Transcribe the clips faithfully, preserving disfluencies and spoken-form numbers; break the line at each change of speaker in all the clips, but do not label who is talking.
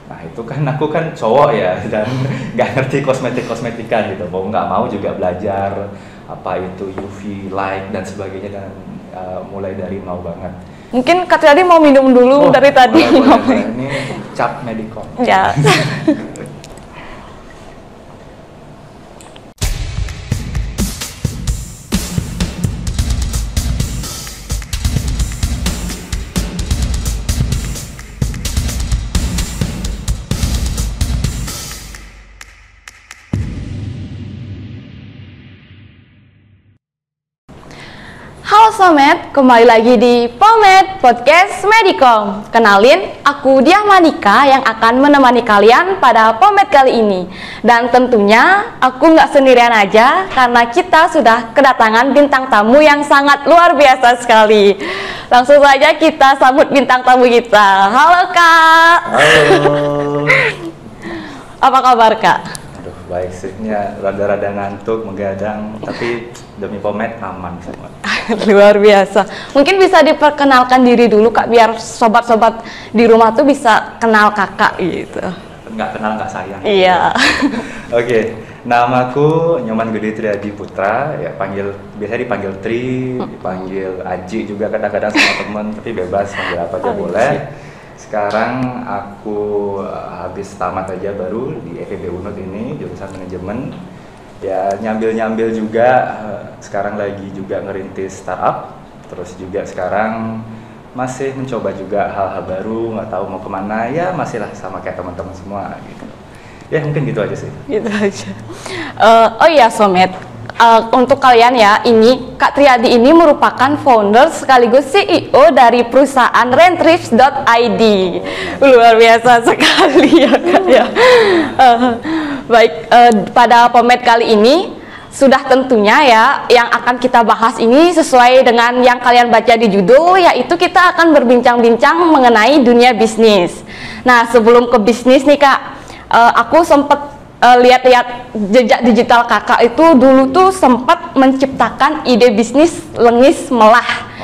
Nah itu kan aku kan cowok ya dan nggak ngerti kosmetik-kosmetikan gitu. Mau nggak mau juga belajar apa itu U V light dan sebagainya dan uh, mulai dari nol banget.
Mungkin Kak Triadi mau minum dulu
Oh,
dari tadi.
boleh, boleh, boleh. Ini cap Medicom.
Ya. Halo Somet, kembali lagi di Pomed Podcast Medicom. Kenalin, aku Diah Manika yang akan menemani kalian pada Pomed kali ini. Dan tentunya aku nggak sendirian aja karena kita sudah kedatangan bintang tamu yang sangat luar biasa sekali. Langsung saja kita sambut bintang tamu kita. Halo Kak.
Halo.
Apa kabar Kak?
Aduh, baik sih. Ya, rada-rada ngantuk, menggadang, tapi demi Pomed aman semua.
Luar biasa. Mungkin bisa diperkenalkan diri dulu Kak, biar sobat-sobat di rumah tuh bisa kenal Kakak gitu.
Nggak kenal nggak sayang.
Iya.
Oke, okay. Namaku Nyoman Gede Triadi Putra, ya panggil biasanya dipanggil Tri, dipanggil Aji juga kadang-kadang sama temen, tapi bebas panggil apa aja boleh. Sekarang aku uh, habis tamat aja baru di F E B Unut ini jurusan manajemen. Ya nyambil-nyambil juga, uh, sekarang lagi juga ngerintis startup, terus juga sekarang masih mencoba juga hal-hal baru, nggak tahu mau kemana, ya masih lah sama kayak teman-teman semua gitu. Ya mungkin gitu aja sih.
Gitu aja. Uh, oh iya Somet, uh, untuk kalian ya, ini Kak Triadi ini merupakan founder sekaligus C E O dari perusahaan rentrips dot I D. Luar biasa sekali ya Kak ya. Uh, baik, uh, pada Pomed kali ini sudah tentunya ya yang akan kita bahas ini sesuai dengan yang kalian baca di judul, yaitu kita akan berbincang-bincang mengenai dunia bisnis. Nah sebelum ke bisnis nih Kak, uh, aku sempat Uh, lihat-lihat jejak digital kakak itu dulu tuh sempat menciptakan ide bisnis lengis melah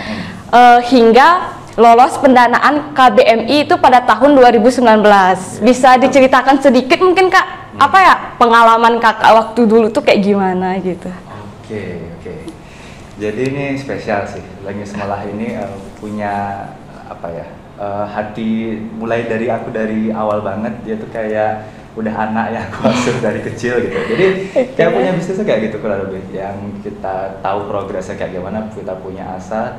uh, hingga lolos pendanaan K B M I itu pada tahun dua ribu sembilan belas. Bisa diceritakan sedikit mungkin Kak, apa ya pengalaman kakak waktu dulu tuh kayak gimana gitu?
Oke, oke. Jadi ini spesial sih, lengis melah ini uh, punya apa ya, uh, hati mulai dari aku dari awal banget, dia tuh kayak udah anak yang aku asuh dari kecil gitu. Jadi kayak punya bisnisnya kayak gitu kurang lebih, yang kita tahu progresnya kayak gimana, kita punya asa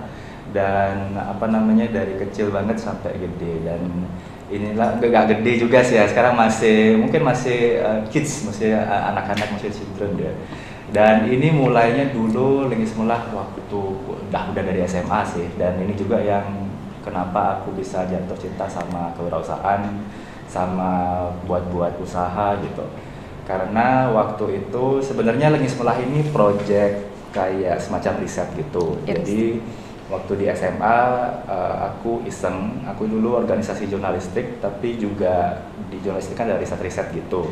dan apa namanya dari kecil banget sampai gede. Dan inilah gak gede juga sih ya, sekarang masih mungkin masih uh, kids, masih uh, anak-anak, masih children ya. Dan ini mulainya dulu lengis melah waktu udah udah dari S M A sih, dan ini juga yang kenapa aku bisa jatuh cinta sama kewirausahaan, sama buat-buat usaha gitu. Karena waktu itu sebenarnya lengis melah ini project kayak semacam riset gitu. Yes. Jadi waktu di S M A uh, aku iseng, aku dulu organisasi jurnalistik, tapi juga di jurnalistik kan ada riset-riset gitu.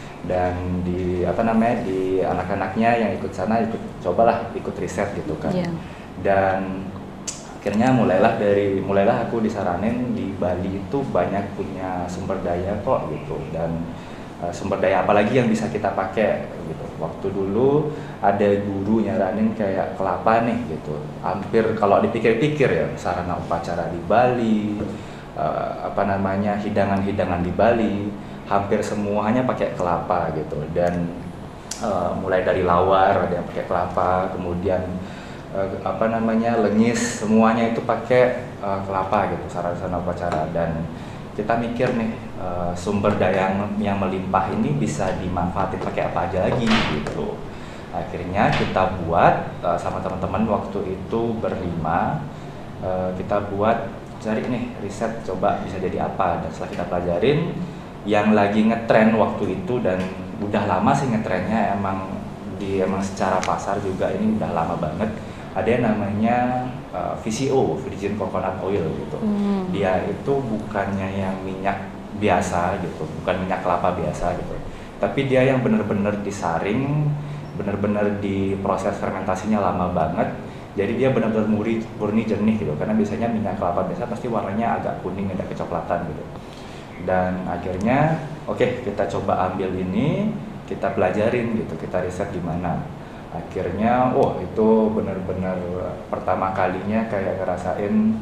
Dan di apa namanya di anak-anaknya yang ikut sana ikut cobalah ikut riset gitu kan. Yeah. Dan akhirnya mulailah dari mulailah aku disaranin di Bali itu banyak punya sumber daya kok gitu, dan uh, sumber daya apalagi yang bisa kita pakai gitu. Waktu dulu ada guru nyaranin kayak kelapa nih gitu, hampir kalau dipikir-pikir ya sarana upacara di Bali, uh, apa namanya hidangan-hidangan di Bali hampir semuanya pakai kelapa gitu. Dan uh, mulai dari lawar ada yang pakai kelapa, kemudian Uh, apa namanya lengis, semuanya itu pakai uh, kelapa gitu, sarana upacara. Dan kita mikir nih uh, sumber daya yang, yang melimpah ini bisa dimanfaatin pakai apa aja lagi gitu. Akhirnya kita buat uh, sama teman-teman waktu itu berlima, uh, kita buat cari nih riset coba bisa jadi apa. Dan setelah kita pelajarin yang lagi ngetren waktu itu, dan udah lama sih ngetrennya, emang di emang secara pasar juga ini udah lama banget, ada yang namanya uh, V C O, virgin coconut oil gitu. Hmm. Dia itu bukannya yang minyak biasa gitu, bukan minyak kelapa biasa gitu, tapi dia yang benar-benar disaring, benar-benar diproses fermentasinya lama banget. Jadi dia benar-benar murni, murni jernih gitu. Karena biasanya minyak kelapa biasa pasti warnanya agak kuning, agak kecoklatan gitu. Dan akhirnya oke okay, kita coba ambil ini, kita pelajarin gitu, kita riset gimana. Akhirnya oh itu benar-benar pertama kalinya kayak ngerasain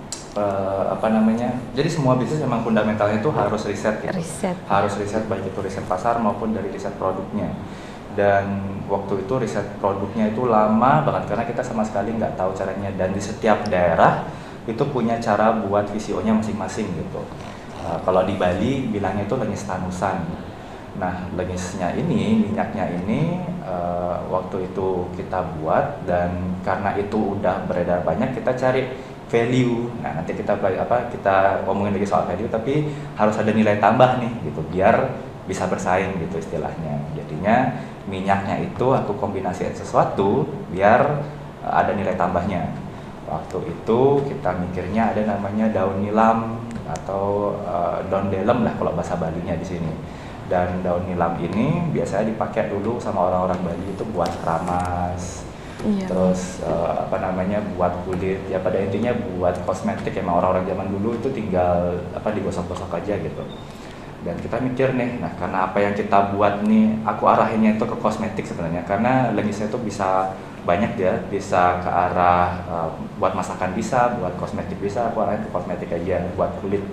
uh, apa namanya, jadi semua bisnis memang fundamentalnya itu harus riset gitu.
Riset.
Harus riset, baik itu riset pasar maupun dari riset produknya. Dan waktu itu riset produknya itu lama banget karena kita sama sekali nggak tahu caranya, dan di setiap daerah itu punya cara buat V C O-nya masing-masing gitu. Uh, kalau di Bali bilangnya itu lengis tanusan. Nah, lengisnya ini, minyaknya ini uh, waktu itu kita buat, dan karena itu udah beredar banyak, kita cari value. Nah, nanti kita apa kita ngomongin lagi soal value, tapi harus ada nilai tambah nih gitu biar bisa bersaing gitu istilahnya. Jadinya minyaknya itu aku kombinasiin sesuatu biar uh, ada nilai tambahnya. Waktu itu kita mikirnya ada namanya daun nilam atau uh, daun delem lah kalau bahasa Balinya di sini. Dan daun nilam ini biasanya dipakai dulu sama orang-orang Bali itu buat keramas, iya. Terus uh, apa namanya buat kulit, ya pada intinya buat kosmetik. Emang orang-orang zaman dulu itu tinggal apa digosok-gosok aja gitu. Dan kita mikir nih, nah karena apa yang kita buat nih, aku arahinnya itu ke kosmetik sebenarnya, karena lengisnya itu bisa banyak ya, bisa ke arah uh, buat masakan bisa, buat kosmetik bisa, aku arahin ke kosmetik aja, buat kulit.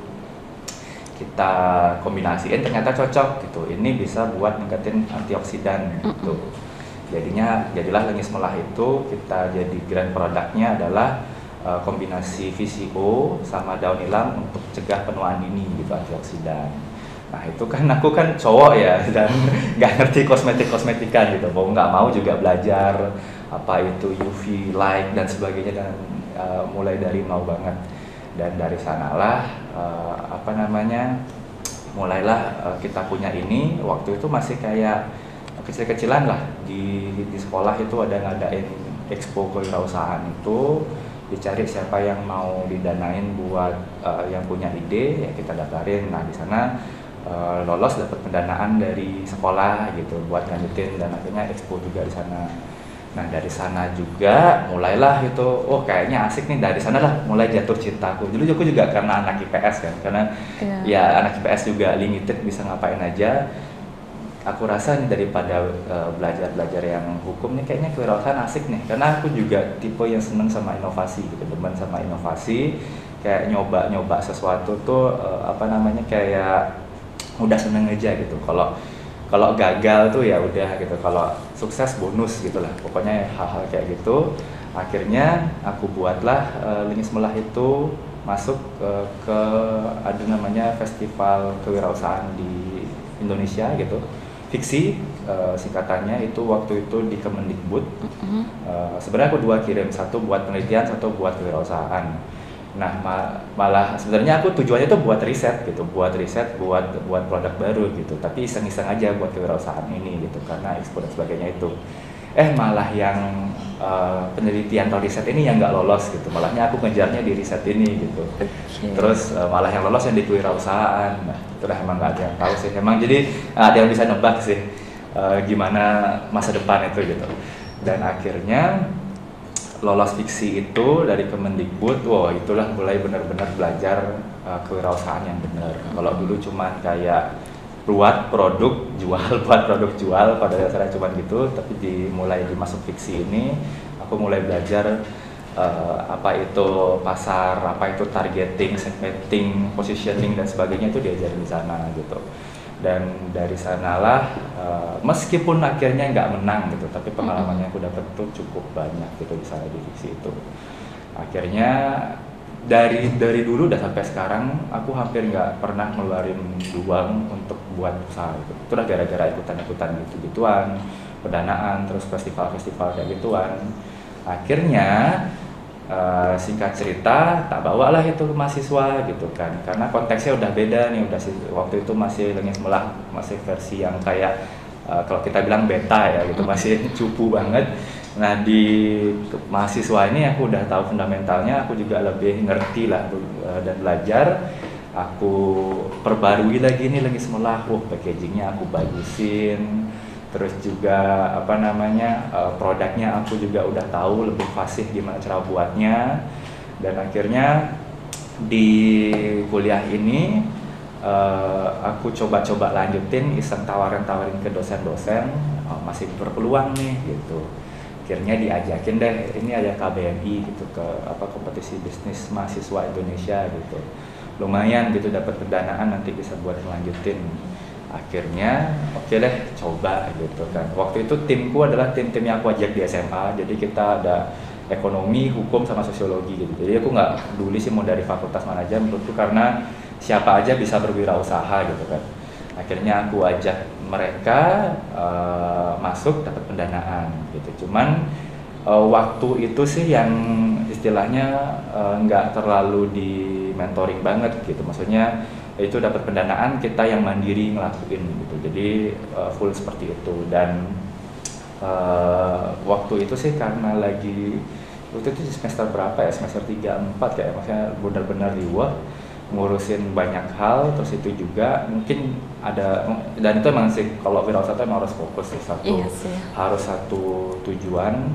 Kita kombinasiin ternyata cocok gitu, ini bisa buat ningkatin antioksidan gitu. Jadinya jadilah lengis melah itu kita jadi grand produknya adalah uh, kombinasi V C O sama daun nilam untuk cegah penuaan dini gitu, antioksidan. Nah itu kan aku kan cowok ya dan nggak ngerti kosmetik-kosmetikan gitu, mau nggak mau juga belajar apa itu U V light dan sebagainya, dan uh, mulai dari mau banget. Dan dari sanalah uh, apa namanya mulailah uh, kita punya ini. Waktu itu masih kayak kecil-kecilan lah, di, di sekolah itu ada ngadain expo kewirausahaan, itu dicari siapa yang mau didanain buat uh, yang punya ide, ya kita daftarin. Nah di sana uh, lolos dapat pendanaan dari sekolah gitu buat lanjutin, dan akhirnya expo juga di sana. Nah dari sana juga mulailah itu, oh kayaknya asik nih, dari sana lah mulai jatuh cintaku. Dulu aku juga karena anak I P S kan, karena yeah. ya anak I P S juga limited bisa ngapain aja. Aku rasa nih daripada uh, belajar-belajar yang hukum nih, kayaknya kewirausahaan asik nih, karena aku juga tipe yang seneng sama inovasi gitu, demen sama inovasi, kayak nyoba-nyoba sesuatu tuh uh, apa namanya kayak udah seneng aja gitu. Kalau Kalau gagal tuh ya udah gitu, kalau sukses bonus gitulah, pokoknya hal-hal kayak gitu. Akhirnya aku buatlah uh, lengis melah itu masuk uh, ke ada namanya festival kewirausahaan di Indonesia gitu, Fiksi uh, singkatannya itu, waktu itu di Kemendikbud. Mm-hmm. uh, sebenarnya aku dua kirim, satu buat penelitian, satu buat kewirausahaan. Nah ma- malah sebenarnya aku tujuannya itu buat riset gitu, buat riset, buat buat produk baru gitu, tapi iseng-iseng aja buat kewirausahaan ini gitu, karena ekspor dan sebagainya itu. Eh malah yang uh, penelitian atau riset ini yang nggak lolos gitu, malahnya aku ngejarnya di riset ini gitu. Okay. Terus uh, malah yang lolos yang di kewirausahaan. Nah itulah emang nggak ada yang tahu sih, emang jadi uh, ada yang bisa nebak sih uh, gimana masa depan itu gitu. Dan akhirnya lolos Fiksi itu dari Kemendikbud, wow itulah mulai benar-benar belajar uh, kewirausahaan yang benar. Kalau dulu cuman kayak buat produk jual, buat produk jual, pada dasarnya cuman gitu, tapi dimulai dimasuk Fiksi ini, aku mulai belajar uh, apa itu pasar, apa itu targeting, segmenting, positioning dan sebagainya, itu diajarin di sana gitu. Dan dari sanalah uh, meskipun akhirnya nggak menang gitu, tapi pengalaman yang aku dapat tuh cukup banyak gitu di sana di Fiksi itu. Akhirnya dari dari dulu udah sampai sekarang aku hampir nggak pernah ngeluarin uang untuk buat usaha gitu. Itu udah gara-gara ikutan-ikutan gitu-gituan, pendanaan, terus festival-festival kayak gituan. Akhirnya Uh, singkat cerita tak bawalah itu ke mahasiswa gitu kan, karena konteksnya udah beda nih, udah waktu itu masih lengis melah, masih versi yang kayak uh, kalau kita bilang beta ya gitu, masih cupu banget. Nah di mahasiswa ini aku udah tahu fundamentalnya, aku juga lebih ngerti lah uh, dan belajar. Aku perbarui lagi nih lengis melah, oh packagingnya aku bagusin. Terus juga apa namanya uh, produknya aku juga udah tahu lebih fasih gimana cara buatnya. Dan akhirnya di kuliah ini uh, aku coba-coba lanjutin, iseng tawarin-tawarin ke dosen-dosen, oh, masih berpeluang nih gitu. Akhirnya diajakin deh, ini ada K B M I gitu, ke apa kompetisi bisnis mahasiswa Indonesia gitu. Lumayan gitu, dapat pendanaan, nanti bisa buat lanjutin. Akhirnya oke okay deh coba gitu kan. Waktu itu timku adalah tim-tim yang aku ajak di S M A, jadi kita ada ekonomi, hukum, sama sosiologi gitu. Jadi aku nggak peduli sih mau dari fakultas mana aja, menurutku karena siapa aja bisa berwirausaha gitu kan. Akhirnya aku ajak mereka uh, masuk, dapat pendanaan gitu. Cuman uh, waktu itu sih yang istilahnya nggak uh, terlalu di mentoring banget gitu, maksudnya itu dapat pendanaan, kita yang mandiri ngelakuin gitu, jadi uh, full seperti itu. Dan uh, waktu itu sih karena lagi waktu itu semester berapa ya, semester tiga empat kayak, maksudnya benar-benar riwah ngurusin banyak hal, terus itu juga mungkin ada, dan itu emang sih kalau wirausaha itu emang harus fokus sih, satu
Iya sih.
harus satu tujuan.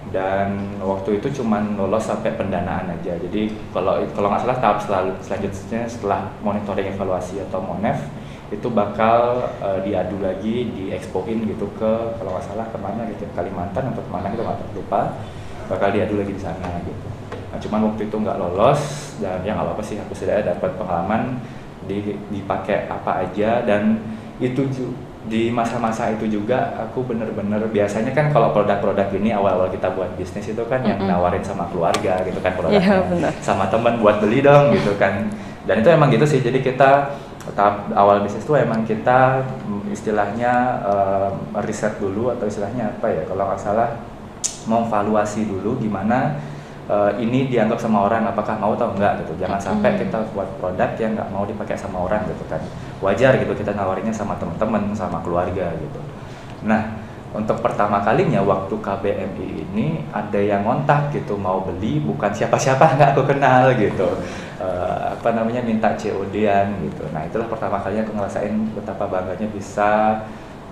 Dan waktu itu cuman lolos sampai pendanaan aja. Jadi kalau kalau nggak salah tahap selalu, selanjutnya setelah monitoring evaluasi atau monef itu bakal uh, diadu lagi, diexpoin gitu ke, kalau nggak salah kemana gitu, Kalimantan atau kemana gitu, nggak lupa, bakal diadu lagi di sana gitu. Nah, cuman waktu itu nggak lolos, dan yang nggak apa-apa sih, aku sudah dapat pengalaman di, dipakai apa aja. Dan itu di masa-masa itu juga aku bener-bener, biasanya kan kalau produk-produk ini awal-awal kita buat bisnis itu kan mm-hmm. yang nawarin sama keluarga gitu kan produknya,
yeah,
sama teman buat beli dong gitu kan. Dan itu emang gitu sih, jadi kita tahap awal bisnis itu emang kita istilahnya uh, riset dulu, atau istilahnya apa ya, kalau nggak salah mau evaluasi dulu gimana uh, ini dianggap sama orang, apakah mau atau enggak gitu. Jangan sampai kita buat produk yang nggak mau dipakai sama orang gitu kan. Wajar gitu kita nawarinnya sama teman-teman, sama keluarga gitu. Nah, untuk pertama kalinya waktu K B M I ini ada yang ngontak gitu, mau beli, bukan siapa-siapa, nggak aku kenal gitu, uh, apa namanya, minta C O D-an gitu. Nah, itulah pertama kalinya aku ngerasain betapa bangganya bisa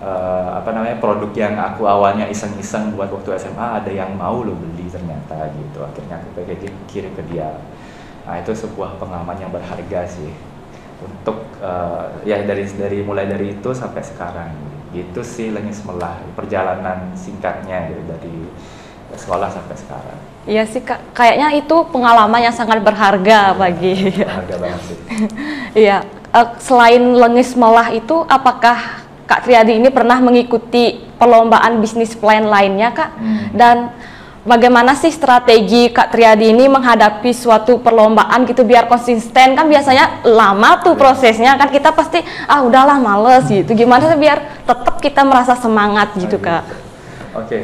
uh, apa namanya, produk yang aku awalnya iseng-iseng buat waktu S M A ada yang mau lo beli ternyata gitu. Akhirnya aku packaging, kirim ke dia. Nah, itu sebuah pengalaman yang berharga sih untuk uh, ya dari dari mulai dari itu sampai sekarang gitu sih Lengis Melah, perjalanan singkatnya gitu, dari sekolah sampai sekarang.
Iya sih Kak, kayaknya itu pengalaman yang sangat berharga bagi.
Berharga banget sih.
Iya, uh, selain Lengis Melah itu, apakah Kak Triadi ini pernah mengikuti perlombaan bisnis plan lainnya Kak? Hmm. Dan bagaimana sih strategi Kak Triadi ini menghadapi suatu perlombaan gitu biar konsisten? Kan biasanya lama tuh prosesnya, kan kita pasti ah udahlah males gitu. Gimana sih biar tetap kita merasa semangat gitu Kak?
Oke, okay.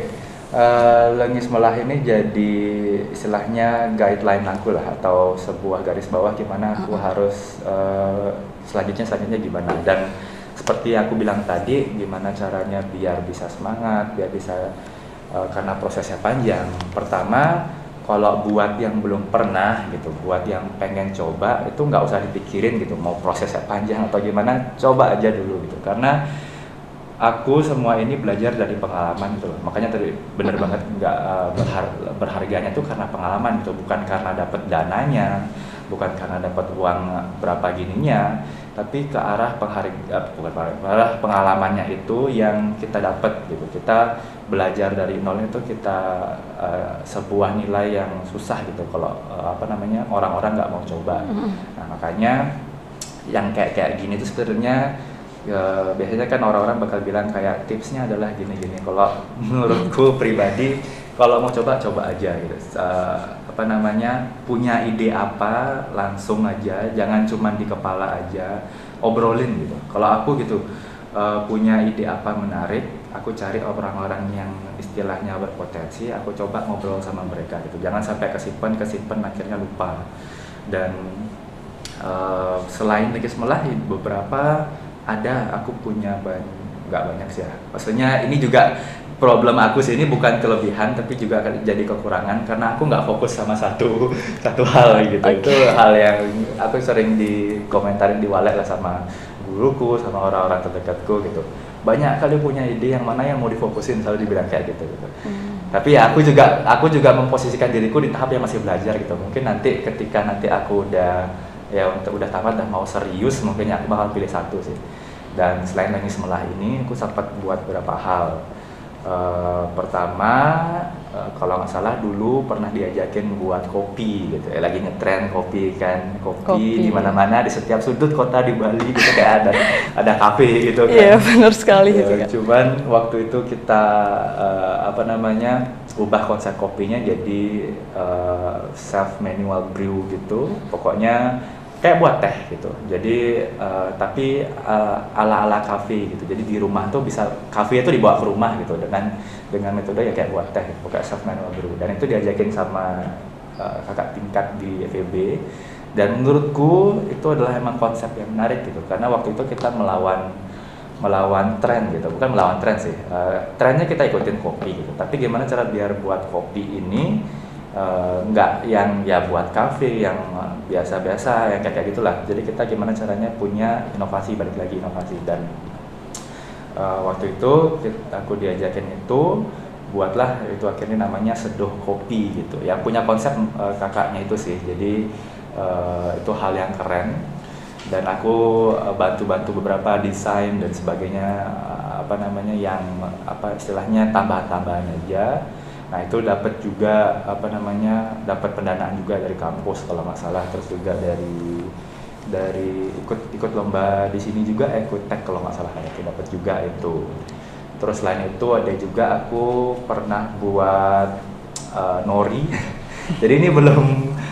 uh, Lengis Melah ini jadi istilahnya guideline aku lah, atau sebuah garis bawah gimana aku uh-huh. harus uh, selanjutnya selanjutnya gimana. Dan seperti yang aku bilang tadi, gimana caranya biar bisa semangat, biar bisa Uh, karena prosesnya panjang. Pertama, kalau buat yang belum pernah gitu, buat yang pengen coba, itu nggak usah dipikirin gitu mau prosesnya panjang atau gimana, coba aja dulu gitu. Karena aku semua ini belajar dari pengalaman gitu. Makanya tadi bener banget, nggak uh, berhar berharganya tuh karena pengalaman gitu, bukan karena dapat dananya, bukan karena dapat uang berapa gininya, tapi ke arah pengharga, bukan ke arah pengalamannya itu yang kita dapat gitu. Kita belajar dari nol itu kita uh, sebuah nilai yang susah gitu kalau uh, apa namanya, orang-orang nggak mau coba. Nah, makanya yang kayak kayak gini tuh sebenarnya ya, biasanya kan orang-orang bakal bilang kayak tipsnya adalah gini-gini. Kalau menurutku pribadi, kalau mau coba coba aja gitu. Uh, apa namanya, punya ide apa langsung aja, jangan cuma di kepala aja, obrolin gitu. Kalau aku gitu, uh, punya ide apa menarik, aku cari orang-orang yang istilahnya berpotensi, aku coba ngobrol sama mereka gitu. Jangan sampai kesimpan kesimpan akhirnya lupa. Dan uh, selain Lengis Melah, beberapa ada, aku punya banyak, nggak banyak sih ya. Maksudnya ini juga problem aku sih, ini bukan kelebihan tapi juga jadi kekurangan karena aku nggak fokus sama satu satu hal gitu. Okay. Itu hal yang aku sering dikomentarin di walek lah sama guruku, sama orang-orang terdekatku gitu. Banyak kali punya ide yang mana yang mau difokusin, selalu dibilang kayak gitu gitu. Hmm. Tapi ya aku juga aku juga memposisikan diriku di tahap yang masih belajar gitu. Mungkin nanti ketika nanti aku udah ya untuk udah tamat dan mau serius mungkin aku bakal pilih satu sih. Dan selain Langis Melah ini aku sempat buat beberapa hal. Uh, pertama uh, kalau nggak salah dulu pernah diajakin buat kopi gitu ya, lagi ngetren kopi kan, kopi di mana-mana di setiap sudut kota di Bali gitu kayak ada ada kafe gitu kan.
Iya benar sekali
ya,
itu kan.
Cuman waktu itu kita uh, apa namanya ubah konsep kopinya jadi uh, self manual brew gitu, pokoknya kayak buat teh gitu. Jadi uh, tapi uh, ala-ala kafe gitu. Jadi di rumah tuh bisa kafe itu dibawa ke rumah gitu dengan dengan metode ya kayak buat teh, kayak self manual brew. Dan itu diajakin sama uh, kakak tingkat di F E B. Dan menurutku itu adalah emang konsep yang menarik gitu. Karena waktu itu kita melawan melawan tren gitu, bukan melawan tren sih. Uh, trennya kita ikutin kopi gitu. Tapi gimana cara biar buat kopi ini Uh, nggak yang ya buat kafe yang biasa-biasa yang kayak gitulah. Jadi kita gimana caranya punya inovasi, balik lagi inovasi. Dan uh, waktu itu kita, aku diajakin itu buatlah itu akhirnya namanya Seduh Kopi gitu, yang punya konsep uh, kakaknya itu sih. Jadi uh, itu hal yang keren dan aku uh, bantu-bantu beberapa desain dan sebagainya, uh, apa namanya yang apa istilahnya tambahan-tambahan aja. Nah itu dapat juga apa namanya dapat pendanaan juga dari kampus kalau nggak salah, terus juga dari dari ikut ikut lomba di sini juga Ekutek kalau nggak salah itu dapat juga itu. Terus selain itu ada juga aku pernah buat uh, nori. Jadi ini belum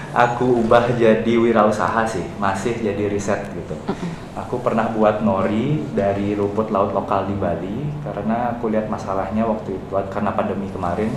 aku ubah jadi wirausaha sih, masih jadi riset gitu. Aku pernah buat nori dari rumput laut lokal di Bali karena aku lihat masalahnya waktu itu karena pandemi kemarin.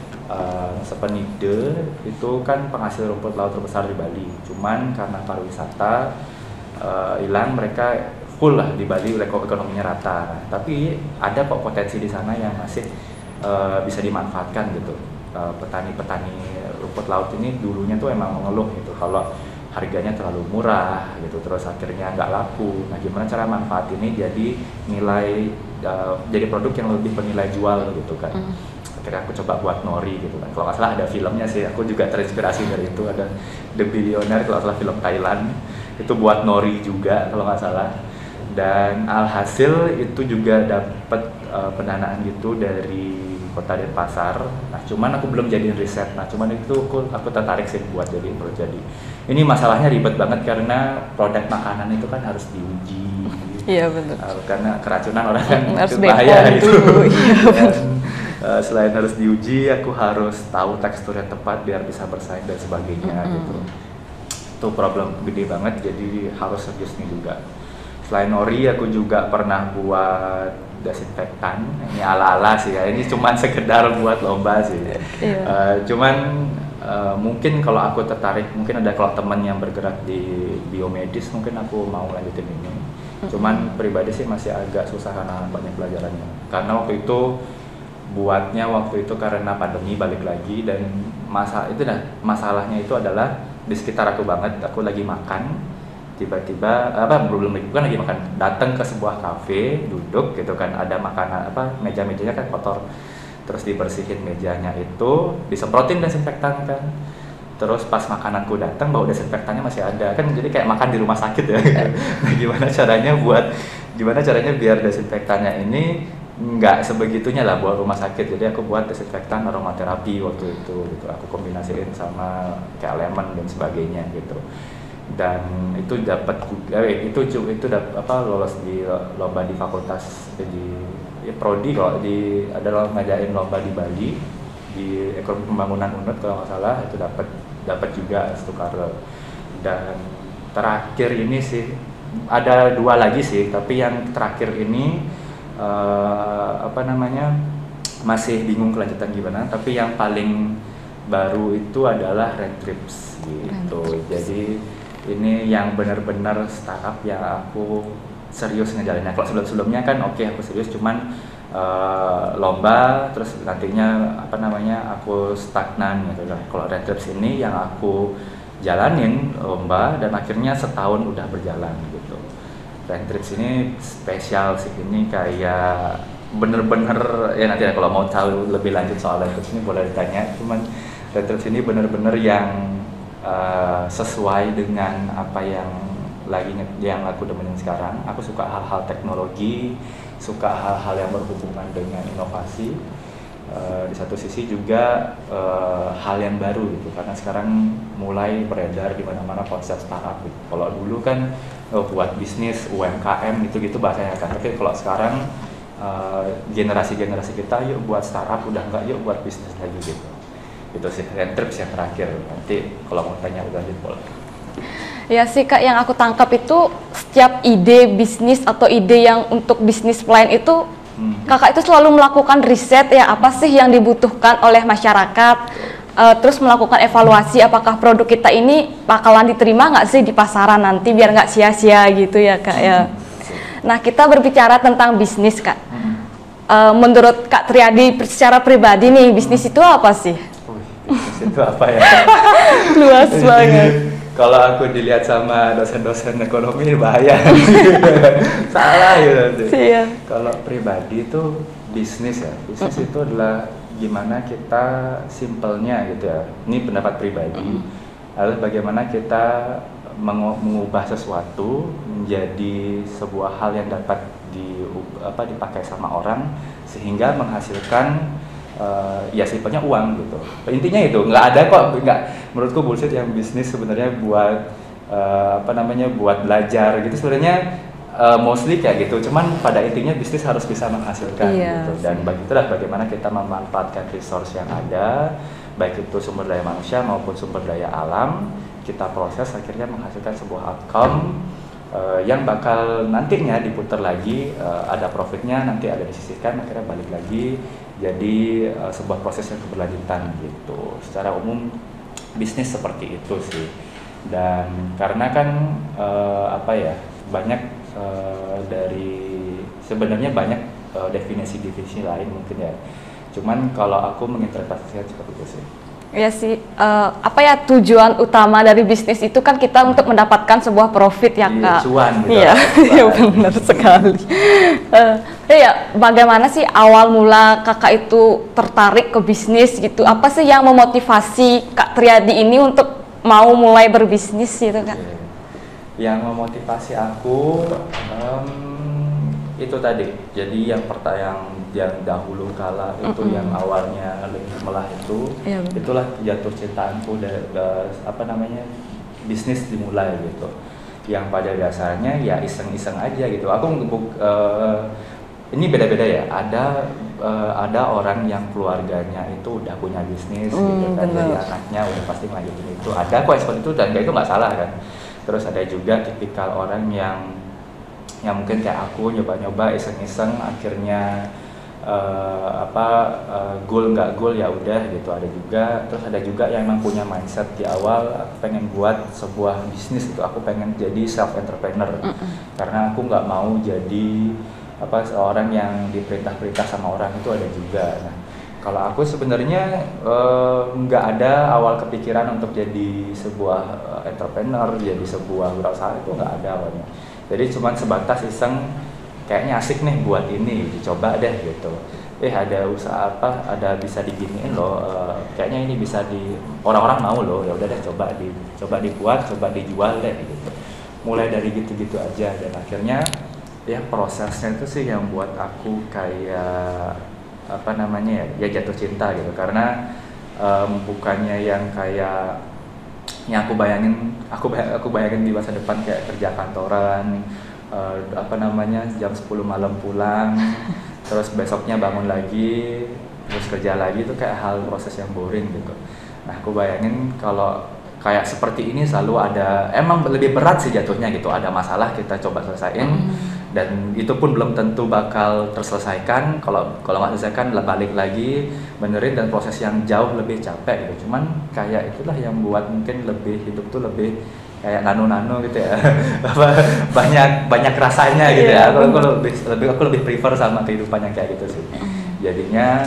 Uh, Sepenide itu kan penghasil rumput laut terbesar di Bali, cuman karena pariwisata hilang uh, mereka full lah di Bali, ekonominya rata. Tapi ada kok potensi di sana yang masih uh, bisa dimanfaatkan gitu. Uh, petani-petani rumput laut ini dulunya tuh emang mengeluh gitu kalau harganya terlalu murah gitu, terus akhirnya nggak laku. Nah gimana cara manfaat ini jadi nilai uh, jadi produk yang lebih bernilai jual gitu kan. Mm. Akhirnya aku coba buat nori gitu kan. Kalau nggak salah ada filmnya sih, aku juga terinspirasi dari itu, ada The Billionaire kalau nggak salah, film Thailand itu buat nori juga kalau nggak salah. Dan alhasil itu juga dapat uh, pendanaan gitu dari Kota Denpasar. Nah cuman aku belum jadiin riset, nah cuman itu aku, aku tertarik sih buat jadi jadi. Ini masalahnya ribet banget karena produk makanan itu kan harus diuji.
Iya benar.
Uh, karena keracunan orang kan
harus
itu bahaya itu.
Iya,
Uh, selain harus diuji, aku harus tahu tekstur yang tepat biar bisa bersaing dan sebagainya mm-hmm. gitu. Itu problem gede banget, jadi harus serius nih juga. Selain nori, aku juga pernah buat desinfektan. Ini ala-ala sih ya, ini cuman sekedar buat lomba sih. Yeah. Uh, cuman uh, mungkin kalau aku tertarik, mungkin ada kalau teman yang bergerak di biomedis, mungkin aku mau lanjutin ini. Mm-hmm. Cuman pribadi sih masih agak susah karena banyak pelajarannya. Karena waktu itu buatnya waktu itu karena pandemi balik lagi, dan masa itu dah masalahnya itu adalah di sekitar aku banget. Aku lagi makan tiba-tiba apa belum bukan lagi makan datang ke sebuah kafe duduk gitu kan, ada makanan apa meja-mejanya kan kotor, terus dibersihin mejanya itu disemprotin desinfektan kan, terus pas makananku datang bau desinfektannya masih ada kan, jadi kayak makan di rumah sakit ya. Nah, gimana caranya buat gimana caranya biar desinfektannya ini nggak sebegitunya lah buat rumah sakit. Jadi aku buat desinfektan aromaterapi waktu itu gitu. Aku kombinasiin sama kayak lemon dan sebagainya gitu. Dan itu dapat eh, itu itu dapat apa lolos di lomba di fakultas di ya, prodi kalau di ada ngadain lomba di Bali di ekonomi pembangunan U N U D kalau nggak salah, itu dapat dapat juga Stukar. Dan terakhir ini sih ada dua lagi sih, tapi yang terakhir ini Uh, apa namanya masih bingung kelanjutan gimana, tapi yang paling baru itu adalah Red Trips gitu. Jadi ini yang benar-benar startup yang aku serius ngejalaninnya. Kalau sebelum-sebelumnya kan oke okay, aku serius cuman uh, lomba terus nantinya apa namanya aku stagnan gitu. Kalau Red Trips ini yang aku jalanin lomba dan akhirnya setahun udah berjalan gitu. Red Trips ini spesial sih, ini kayak bener-bener ya nanti ya kalau mau tahu lebih lanjut soal Red Trips ini boleh ditanya. Cuman Red Trips ini bener-bener yang uh, sesuai dengan apa yang lagi yang aku demenin sekarang. Aku suka hal-hal teknologi, suka hal-hal yang berhubungan dengan inovasi. Uh, di satu sisi juga uh, hal yang baru gitu, karena sekarang mulai beredar di mana-mana konsep startup gitu. Kalau dulu kan oh, buat bisnis U M K M gitu-gitu bahasanya kan, tapi kalau sekarang uh, generasi-generasi kita yuk buat startup, udah enggak yuk buat bisnis lagi gitu. Itu sih Rentrips yang terakhir. Nanti kalau mau tanya udah lanjut boleh.
Ya sih Kak, yang aku tangkap itu setiap ide bisnis atau ide yang untuk bisnis plan itu Hmm. Kakak itu selalu melakukan riset ya, apa sih yang dibutuhkan oleh masyarakat, uh, terus melakukan evaluasi apakah produk kita ini bakalan diterima nggak sih di pasaran nanti, biar nggak sia-sia gitu ya Kak ya. Nah, kita berbicara tentang bisnis Kak. Uh, menurut Kak Triadi secara pribadi nih, bisnis itu apa sih?
Bisnis itu apa ya?
Luas banget.
Kalau aku dilihat sama dosen-dosen ekonomi bahaya. Salah gitu.
Iya.
Kalau pribadi itu bisnis ya. Bisnis itu adalah gimana kita simpelnya gitu ya. Ini pendapat pribadi. Lalu bagaimana kita mengubah sesuatu menjadi sebuah hal yang dapat di apa dipakai sama orang sehingga menghasilkan Uh, ya simpelnya uang gitu. Intinya itu nggak ada kok, nggak menurutku bullshit yang bisnis sebenarnya buat uh, apa namanya buat belajar gitu sebenarnya uh, mostly kayak gitu. Cuman pada intinya bisnis harus bisa menghasilkan
iya,
gitu. Dan bagi itulah bagaimana kita memanfaatkan resource yang ada, baik itu sumber daya manusia maupun sumber daya alam, kita proses akhirnya menghasilkan sebuah outcome Uh, yang bakal nantinya diputar lagi, uh, ada profitnya, nanti ada disisihkan, akhirnya balik lagi jadi uh, sebuah proses yang keberlanjutan gitu. Secara umum bisnis seperti itu sih. Dan karena kan uh, apa ya banyak uh, dari sebenarnya banyak uh, definisi-definisi lain mungkin ya. Cuman kalau aku menginterpretasikan seperti itu sih.
Ya sih, uh, apa ya tujuan utama dari bisnis itu kan kita untuk mendapatkan sebuah profit ya Kak.
Cuan gitu.
Iya, iya benar sekali. Uh, ya, bagaimana sih awal mula Kakak itu tertarik ke bisnis gitu? Apa sih yang memotivasi Kak Triadi ini untuk mau mulai berbisnis gitu Kak?
Yang memotivasi aku um, itu tadi. Jadi yang pertanyaan yang dahulu kala itu mm-hmm. yang awalnya lebih melah itu yeah, itulah jatuh cintaanku dari apa namanya bisnis dimulai gitu, yang pada dasarnya ya iseng-iseng aja gitu. Aku uh, ini beda-beda ya, ada uh, ada orang yang keluarganya itu udah punya bisnis mm, gitu kan, jadi anaknya udah pasti melanjutin itu, ada kok seperti itu dan itu nggak salah kan. Terus ada juga tipikal orang yang yang mungkin kayak aku nyoba-nyoba iseng-iseng akhirnya Uh, apa uh, goal nggak goal ya udah gitu, ada juga. Terus ada juga yang emang punya mindset di awal aku pengen buat sebuah bisnis itu, aku pengen jadi self entrepreneur mm-mm. karena aku nggak mau jadi apa seorang yang diperintah-perintah sama orang, itu ada juga. Nah kalau aku sebenarnya nggak uh, ada awal kepikiran untuk jadi sebuah uh, entrepreneur, jadi sebuah wirausaha, itu nggak ada awalnya. Jadi cuma sebatas iseng, kayaknya asik nih buat ini, dicoba deh gitu. Eh ada usaha apa, ada bisa diginiin loh, uh, kayaknya ini bisa di orang-orang mau loh, ya udah deh coba di coba dibuat, coba dijual deh gitu. Mulai dari gitu-gitu aja dan akhirnya ya prosesnya itu sih yang buat aku kayak apa namanya ya, ya jatuh cinta gitu. Karena um, bukannya yang kayak yang aku bayangin, aku aku bayangin di masa depan kayak kerja kantoran. Uh, apa namanya jam sepuluh malam pulang terus besoknya bangun lagi terus kerja lagi, itu kayak hal proses yang boring gitu. Nah aku bayangin kalau kayak seperti ini selalu ada, emang lebih berat sih jatuhnya gitu, ada masalah kita coba selesaiin mm. dan itu pun belum tentu bakal terselesaikan. Kalau kalau nggak selesaikan balik lagi benerin, dan proses yang jauh lebih capek gitu. Cuman kayak itulah yang buat mungkin lebih hidup tuh lebih kayak nano-nano gitu ya. banyak banyak rasanya gitu ya. Aku, aku lebih lebih aku lebih prefer sama kehidupan yang kayak gitu sih. Jadinya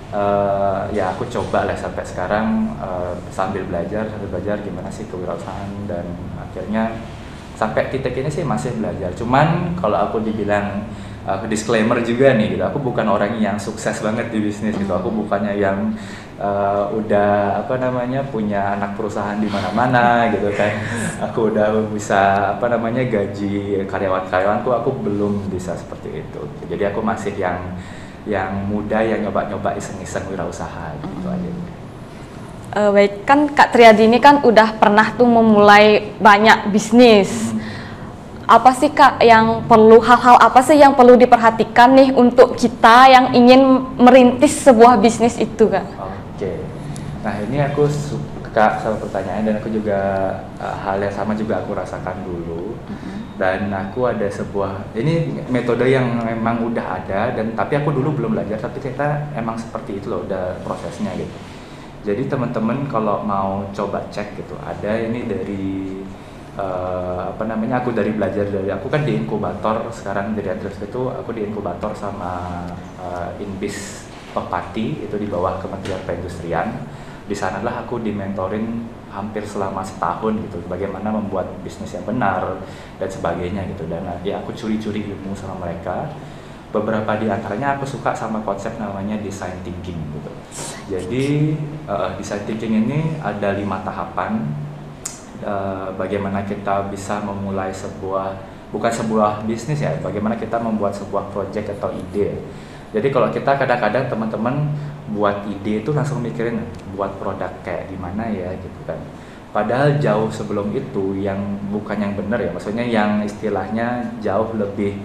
uh, ya aku coba lah sampai sekarang uh, sambil belajar sambil belajar gimana sih kewirausahaan, dan akhirnya sampai titik ini sih masih belajar. Cuman kalau aku dibilang uh, disclaimer juga nih gitu, aku bukan orang yang sukses banget di bisnis gitu, aku bukannya yang uh, udah apa namanya punya anak perusahaan di mana-mana gitu kan, aku udah bisa apa namanya gaji karyawan-karyawanku, aku belum bisa seperti itu. Jadi aku masih yang yang muda yang nyoba-nyoba iseng-iseng wirausaha gitu aja.
Uh, baik, kan Kak Triadi ini kan udah pernah tuh memulai banyak bisnis. Hmm. Apa sih Kak yang perlu, hal-hal apa sih yang perlu diperhatikan nih untuk kita yang ingin merintis sebuah bisnis itu Kak?
Oke, nah ini aku suka sama pertanyaan dan aku juga uh, hal yang sama juga aku rasakan dulu. Hmm. Dan aku ada sebuah, ini metode yang memang udah ada dan tapi aku dulu belum belajar, tapi ternyata emang seperti itu loh, udah prosesnya gitu. Jadi teman-teman kalau mau coba cek gitu, ada ini dari uh, apa namanya, aku dari belajar dari aku kan di inkubator sekarang dari Adrift itu, aku di inkubator sama uh, Inbis Pepati itu di bawah Kementerian Perindustrian. Di sanalah aku dimentorin hampir selama setahun gitu, bagaimana membuat bisnis yang benar dan sebagainya gitu. Dan ya aku curi-curi ilmu sama mereka. Beberapa di antaranya aku suka sama konsep namanya design thinking gitu. Jadi uh, design thinking ini ada lima tahapan uh, bagaimana kita bisa memulai sebuah, bukan sebuah bisnis ya, bagaimana kita membuat sebuah project atau ide. Jadi kalau kita kadang-kadang teman-teman buat ide itu langsung mikirin buat produk kayak gimana ya gitu kan. Padahal jauh sebelum itu yang bukan yang benar ya, maksudnya yang istilahnya jauh lebih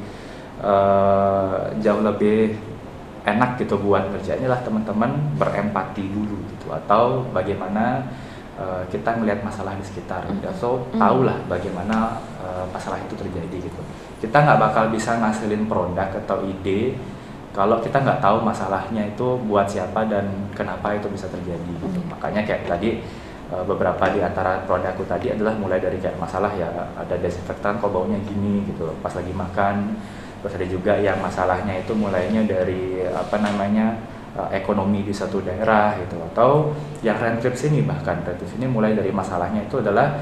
Uh, jauh lebih enak gitu buat kerjanya lah teman-teman berempati dulu gitu, atau bagaimana uh, kita melihat masalah di sekitar gitu. So tahulah bagaimana uh, masalah itu terjadi gitu. Kita nggak bakal bisa ngasilin produk atau ide kalau kita nggak tahu masalahnya itu buat siapa dan kenapa itu bisa terjadi gitu. Makanya kayak tadi uh, beberapa di antara produkku tadi adalah mulai dari kayak masalah ya, ada desinfektan kok baunya gini gitu pas lagi makan. Terus ada juga yang masalahnya itu mulainya dari apa namanya uh, ekonomi di satu daerah gitu, atau yang Rentrips ini, bahkan Rentrips ini mulai dari masalahnya itu adalah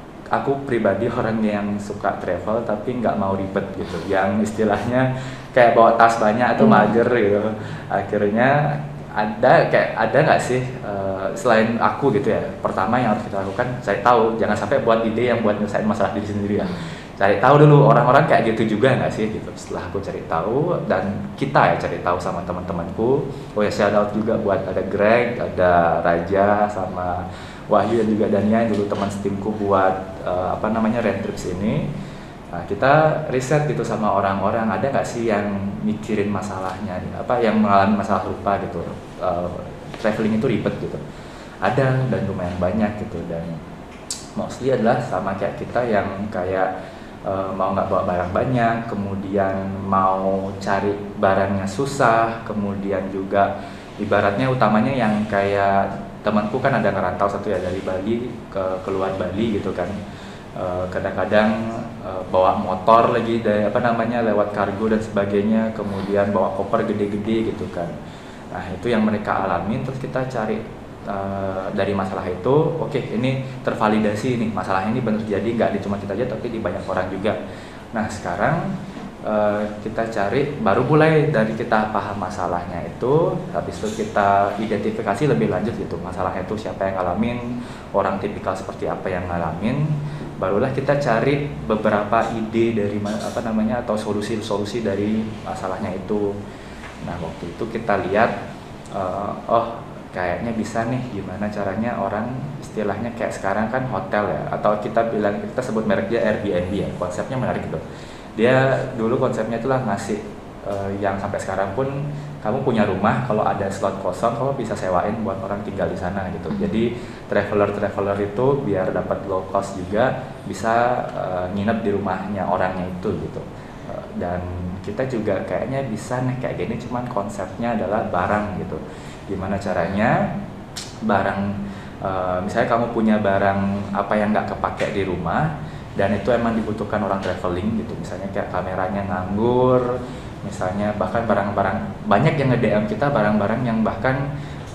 aku pribadi orang yang suka travel tapi nggak mau ribet gitu, yang istilahnya kayak bawa tas banyak atau mager gitu. Akhirnya ada kayak ada nggak sih uh, selain aku gitu ya, pertama yang harus kita lakukan cari tahu, jangan sampai buat ide yang buat nyelesain masalah diri sendiri ya. Cari tahu dulu orang-orang kayak gitu juga nggak sih gitu. Setelah aku cari tahu dan kita ya cari tahu sama teman-temanku. Oh ya, shout out juga buat ada Greg, ada Raja, sama Wahyu dan juga Dania yang dulu teman setimku buat uh, apa namanya Rentrips ini. Nah, kita riset gitu sama orang-orang, ada nggak sih yang mikirin masalahnya, apa yang mengalami masalah rupa gitu. Uh, traveling itu ribet gitu. Ada dan lumayan banyak gitu, dan mostly adalah sama kayak kita yang kayak Uh, mau nggak bawa barang banyak, kemudian mau cari barangnya susah, kemudian juga ibaratnya utamanya yang kayak temanku kan ada ngerantau satu ya dari Bali ke keluar Bali gitu kan, uh, kadang-kadang uh, bawa motor lagi dari apa namanya lewat kargo dan sebagainya, kemudian bawa koper gede-gede gitu kan. Nah itu yang mereka alamin, terus kita cari Uh, dari masalah itu, oke okay, ini tervalidasi nih, masalah ini benar terjadi, nggak di cuma kita aja tapi di banyak orang juga. Nah sekarang uh, kita cari, baru mulai dari kita paham masalahnya itu, habis itu kita identifikasi lebih lanjut gitu, masalahnya itu siapa yang ngalamin, orang tipikal seperti apa yang ngalamin, barulah kita cari beberapa ide dari apa namanya atau solusi-solusi dari masalahnya itu. Nah waktu itu kita lihat, uh, oh kayaknya bisa nih gimana caranya orang istilahnya kayak sekarang kan hotel ya, atau kita bilang kita sebut merek dia Airbnb ya, konsepnya menarik gitu. Dia dulu konsepnya itulah ngasih uh, yang sampai sekarang pun kamu punya rumah, kalau ada slot kosong kamu bisa sewain buat orang tinggal di sana gitu. Jadi traveler-traveler itu biar dapat low cost juga bisa uh, nginep di rumahnya orangnya itu gitu. Uh, dan kita juga kayaknya bisa nih kayak gini, cuman konsepnya adalah barang gitu. Gimana caranya barang, uh, misalnya kamu punya barang apa yang nggak kepake di rumah dan itu emang dibutuhkan orang traveling gitu, misalnya kayak kameranya nganggur, misalnya bahkan barang-barang banyak yang nge-D M kita barang-barang yang bahkan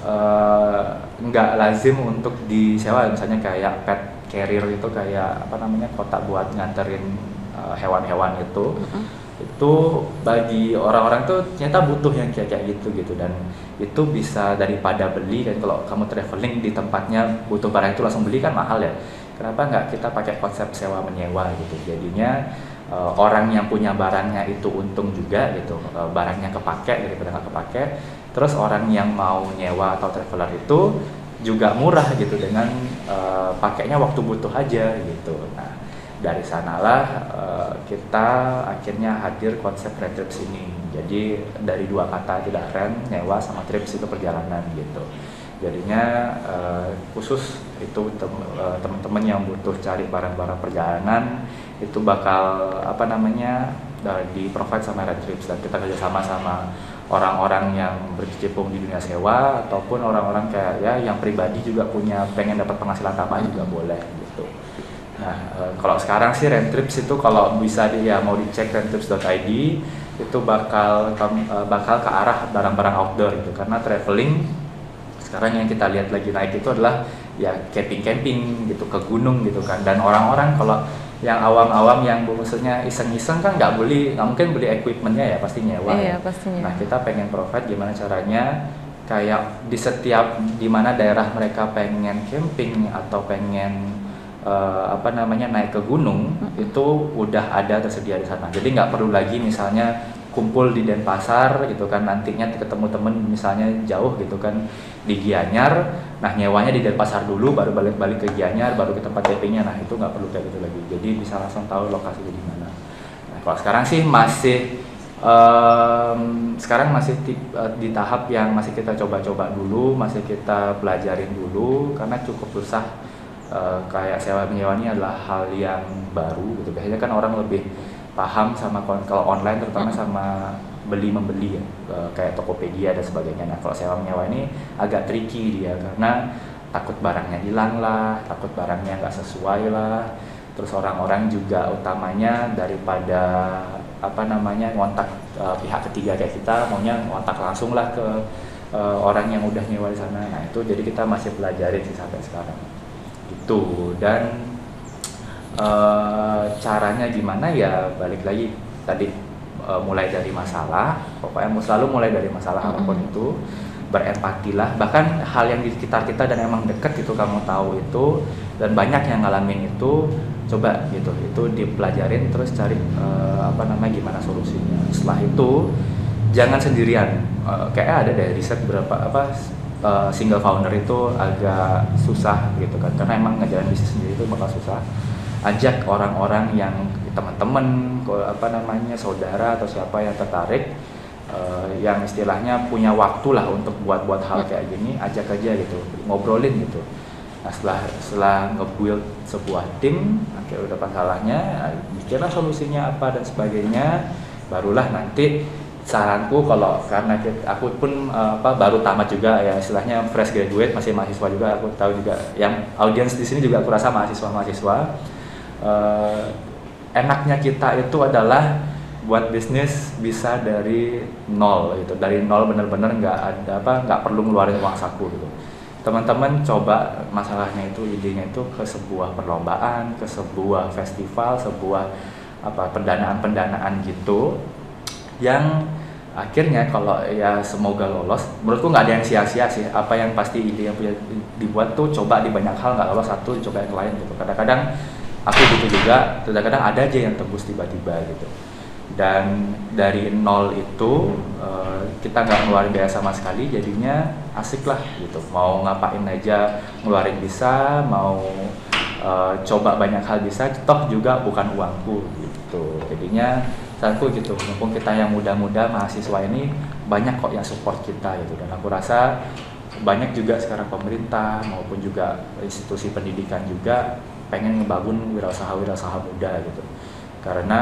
uh, nggak lazim untuk disewa, misalnya kayak pet carrier itu, kayak apa namanya kotak buat nganterin uh, hewan-hewan itu. Mm-hmm. Itu itu bagi orang-orang tuh ternyata butuh yang kayak kayak gitu gitu, dan itu bisa daripada beli. Dan kalau kamu traveling di tempatnya butuh barang itu langsung beli kan mahal ya, kenapa nggak kita pakai konsep sewa menyewa gitu. Jadinya uh, orang yang punya barangnya itu untung juga gitu, uh, barangnya kepake daripada nggak kepake. Terus orang yang mau nyewa atau traveler itu juga murah gitu dengan uh, pakainya waktu butuh aja gitu. Nah, dari sanalah uh, kita akhirnya hadir konsep rent trips ini. Jadi dari dua kata, tidak rent, nyewa, sama trips itu perjalanan gitu. Jadinya uh, khusus itu tem- uh, teman-teman yang butuh cari barang-barang perjalanan itu bakal apa namanya uh, di provide sama rent trips, dan kita kerjasama sama orang-orang yang berkecimpung di dunia sewa ataupun orang-orang kayak ya yang pribadi juga punya pengen dapat penghasilan tambahan juga boleh gitu. Nah, e, kalau sekarang sih rent trips itu kalau bisa di, ya mau dicek rent trips dot i d itu bakal e, bakal ke arah barang-barang outdoor gitu, karena traveling sekarang yang kita lihat lagi naik itu adalah ya camping-camping gitu, ke gunung gitu kan. Dan orang-orang kalau yang awam-awam yang maksudnya iseng-iseng kan nggak beli, nggak mungkin beli equipmentnya ya, pasti nyewa.
Iya,
ya.
pastinya.
Nah, kita pengen provide gimana caranya kayak di setiap di mana daerah mereka pengen camping atau pengen uh, apa namanya naik ke gunung, hmm. itu udah ada tersedia di sana. Jadi nggak perlu lagi misalnya kumpul di Denpasar gitu kan, nantinya ketemu temen misalnya jauh gitu kan di Gianyar, nah nyewanya di Denpasar dulu baru balik-balik ke Gianyar baru ke tempat campingnya. Nah, itu nggak perlu kayak gitu lagi, jadi bisa langsung tahu lokasinya di mana. Nah, kalau sekarang sih masih um, sekarang masih di, uh, di tahap yang masih kita coba-coba dulu, masih kita pelajarin dulu karena cukup susah. Uh, kayak sewa menyewa ini adalah hal yang baru gitu. Biasanya kan orang lebih paham sama kalau online terutama sama beli membeli ya, kayak Tokopedia dan sebagainya. Nah, kalau sewa menyewa ini agak tricky dia karena takut barangnya hilang lah, takut barangnya nggak sesuai lah. Terus orang-orang juga utamanya daripada apa namanya ngontak uh, pihak ketiga kayak kita, maunya ngontak langsung lah ke uh, orang yang udah nyewa di sana. Nah, itu jadi kita masih pelajarin sih sampai sekarang gitu. Dan Uh, caranya gimana ya balik lagi tadi, uh, mulai dari masalah, pokoknya selalu mulai dari masalah mm-hmm. apapun itu, berempatilah, bahkan hal yang di sekitar kita dan emang deket itu kamu tahu itu dan banyak yang ngalamin itu, coba gitu itu dipelajarin terus cari uh, apa namanya gimana solusinya. Setelah itu jangan sendirian, uh, kayak ada dari riset berapa apa uh, single founder itu agak susah gitu kan, karena emang ngejalan bisnis sendiri itu bakal susah. Ajak orang-orang yang teman-teman, apa namanya saudara atau siapa yang tertarik, uh, yang istilahnya punya waktu lah untuk buat-buat hal kayak gini, ajak aja gitu, ngobrolin gitu. Nah, setelah setelah nge-build sebuah tim, akhirnya udah masalahnya, mikirlah solusinya apa dan sebagainya, barulah nanti saranku kalau karena kita, aku pun uh, apa baru tamat juga ya, istilahnya fresh graduate, masih mahasiswa juga, aku tahu juga yang audiens di sini juga aku rasa mahasiswa-mahasiswa. Uh, enaknya kita itu adalah buat bisnis bisa dari nol gitu, dari nol bener-bener nggak ada apa nggak perlu ngeluarin uang saku gitu. Teman-teman coba masalahnya itu, idenya itu ke sebuah perlombaan, ke sebuah festival, sebuah apa pendanaan-pendanaan gitu, yang akhirnya kalau ya semoga lolos. Menurutku nggak ada yang sia-sia sih, apa yang pasti ide yang punya dibuat tuh coba di banyak hal, nggak lolos satu coba yang lain gitu. Kadang-kadang aku gitu juga, kadang-kadang ada aja yang tembus tiba-tiba gitu. Dan dari nol itu uh, kita nggak ngeluarin biaya sama sekali, jadinya asik lah gitu. Mau ngapain aja ngeluarin bisa, mau uh, coba banyak hal bisa, toh juga bukan uangku gitu. Jadinya saranku gitu, mumpung kita yang muda-muda mahasiswa ini banyak kok yang support kita gitu. Dan aku rasa banyak juga sekarang pemerintah maupun juga institusi pendidikan juga pengen ngebangun wirausaha-wirausaha muda gitu. Karena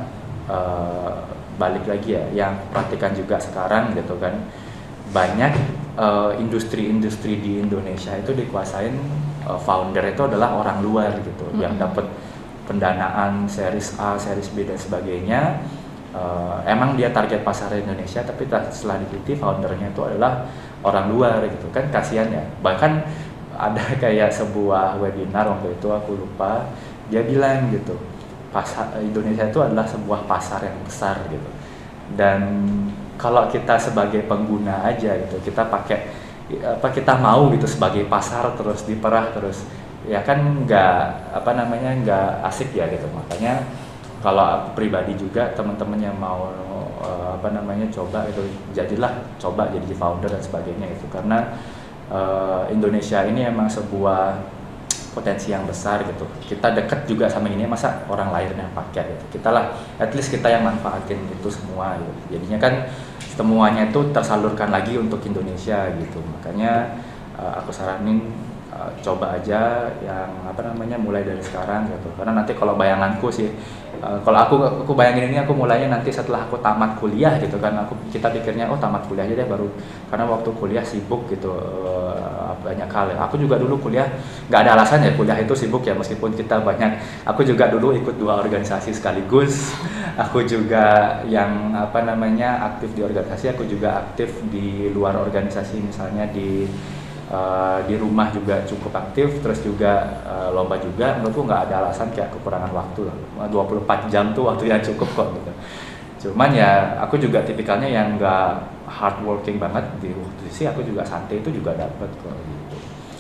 uh, balik lagi ya, yang perhatikan juga sekarang gitu kan, banyak uh, industri-industri di Indonesia itu dikuasain uh, founder itu adalah orang luar gitu, mm-hmm. yang dapat pendanaan series A, series B dan sebagainya. Uh, emang dia target pasar Indonesia, tapi setelah diteliti foundernya itu adalah orang luar gitu kan, kasihan ya. Bahkan ada kayak sebuah webinar waktu itu aku lupa, dia bilang gitu, pasar Indonesia itu adalah sebuah pasar yang besar gitu. Dan kalau kita sebagai pengguna aja gitu, kita pakai apa kita mau gitu sebagai pasar terus diperah terus, ya kan nggak apa namanya nggak asik ya gitu. Makanya kalau aku pribadi juga, teman-teman yang mau uh, apa namanya coba itu, jadilah coba jadi founder dan sebagainya itu, karena uh, Indonesia ini emang sebuah potensi yang besar gitu. Kita deket juga sama ini, masa orang lain yang pakai gitu. Kita lah, at least kita yang manfaatin itu semua gitu. Jadinya kan semuanya itu tersalurkan lagi untuk Indonesia gitu. Makanya uh, aku saranin uh, coba aja yang apa namanya mulai dari sekarang gitu. Karena nanti kalau bayanganku sih, uh, kalau aku aku bayangin ini aku mulainya nanti setelah aku tamat kuliah gitu kan. Aku kita pikirnya oh tamat kuliah aja deh baru, karena waktu kuliah sibuk gitu uh, banyak hal ya. Aku juga dulu kuliah nggak ada alasan ya kuliah itu sibuk ya, meskipun kita banyak. Aku juga dulu ikut dua organisasi sekaligus. Aku juga yang apa namanya aktif di organisasi, aku juga aktif di luar organisasi, misalnya di uh, di rumah juga cukup aktif, terus juga uh, lomba juga. Menurutku nggak ada alasan kayak kekurangan waktu lah. dua puluh empat jam tuh waktu yang cukup kok gitu. Cuman ya aku juga tipikalnya yang nggak hard working banget di waktu sih, aku juga santai itu juga dapat kok gitu.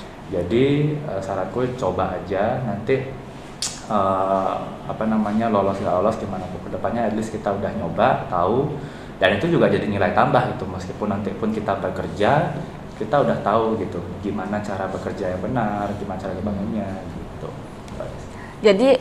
Jadi uh, saranku coba aja nanti. Uh, apa namanya lolos nggak lolos gimana pun kedepannya, at least kita udah nyoba tahu, dan itu juga jadi nilai tambah gitu. Meskipun nanti pun kita bekerja, kita udah tahu gitu gimana cara bekerja yang benar, gimana cara ngebangunnya gitu.
Jadi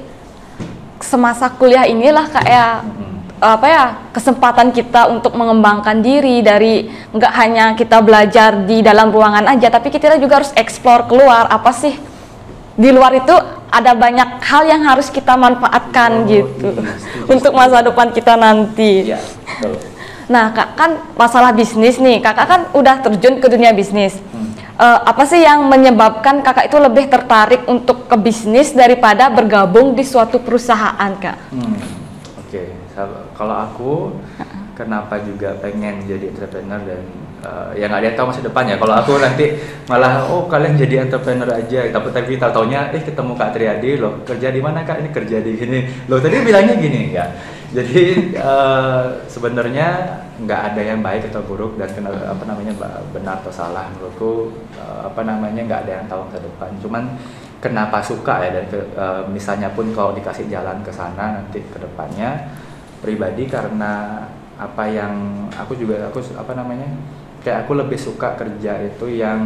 semasa kuliah inilah kayak mm-hmm. apa ya kesempatan kita untuk mengembangkan diri, dari nggak hanya kita belajar di dalam ruangan aja, tapi kita juga harus explore keluar, apa sih di luar itu ada banyak hal yang harus kita manfaatkan oh, gitu iya, untuk masa depan kita nanti. Ya, betul. Nah, Kak, kan masalah bisnis nih, Kakak kan udah terjun ke dunia bisnis. Hmm. Uh, apa sih yang menyebabkan Kakak itu lebih tertarik untuk ke bisnis daripada bergabung di suatu perusahaan, Kak? Hmm.
Oke, okay. Kalau aku kenapa juga pengen jadi entrepreneur dan uh, ya nggak ada yang tahu masa depan ya. Kalau aku nanti malah oh kalian jadi entrepreneur aja, tapi tapi tahu taunya eh ketemu Kak Triadi loh, kerja di mana Kak, ini kerja di sini loh, tadi bilangnya gini ya. Jadi uh, sebenarnya nggak ada yang baik atau buruk dan kenal, apa namanya benar atau salah. Menurutku uh, apa namanya nggak ada yang tahu masa depan. Cuman kenapa suka ya, dan ke, uh, misalnya pun kalau dikasih jalan ke sana nanti ke depannya, pribadi karena apa yang aku juga aku apa namanya kayak aku lebih suka kerja itu yang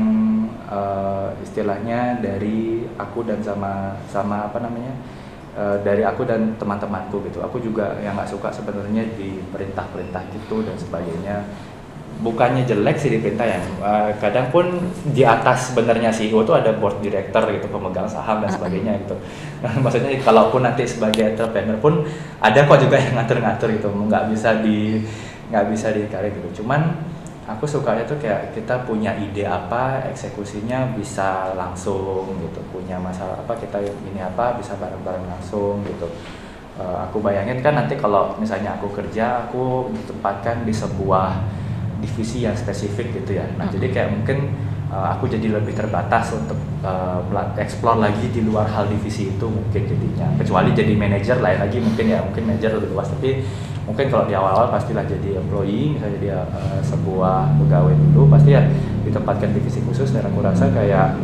uh, istilahnya dari aku dan sama sama apa namanya uh, dari aku dan teman-temanku gitu. Aku juga yang nggak suka sebenarnya di perintah-perintah gitu dan sebagainya. Bukannya jelek sih diperintah ya, uh, kadang pun di atas sebenarnya C E O itu ada board director gitu, pemegang saham dan sebagainya gitu. Maksudnya kalaupun nanti sebagai entrepreneur pun ada kok juga yang ngatur-ngatur gitu, nggak bisa di nggak bisa dikarir gitu. Cuman aku sukanya tuh kayak kita punya ide apa, eksekusinya bisa langsung gitu, punya masalah apa kita ini apa bisa bareng-bareng langsung gitu. Uh, aku bayangin kan nanti kalau misalnya aku kerja, aku ditempatkan di sebuah divisi yang spesifik gitu ya. Nah, hmm. jadi kayak mungkin uh, aku jadi lebih terbatas untuk uh, explore lagi di luar hal divisi itu mungkin jadinya. Kecuali jadi manajer lain lagi mungkin ya, mungkin manajer lebih luas. Tapi mungkin kalau di awal-awal pastilah jadi employee, misalnya dia uh, sebuah pegawai dulu, pasti ya ditempatkan divisi khusus, dan aku rasa kayak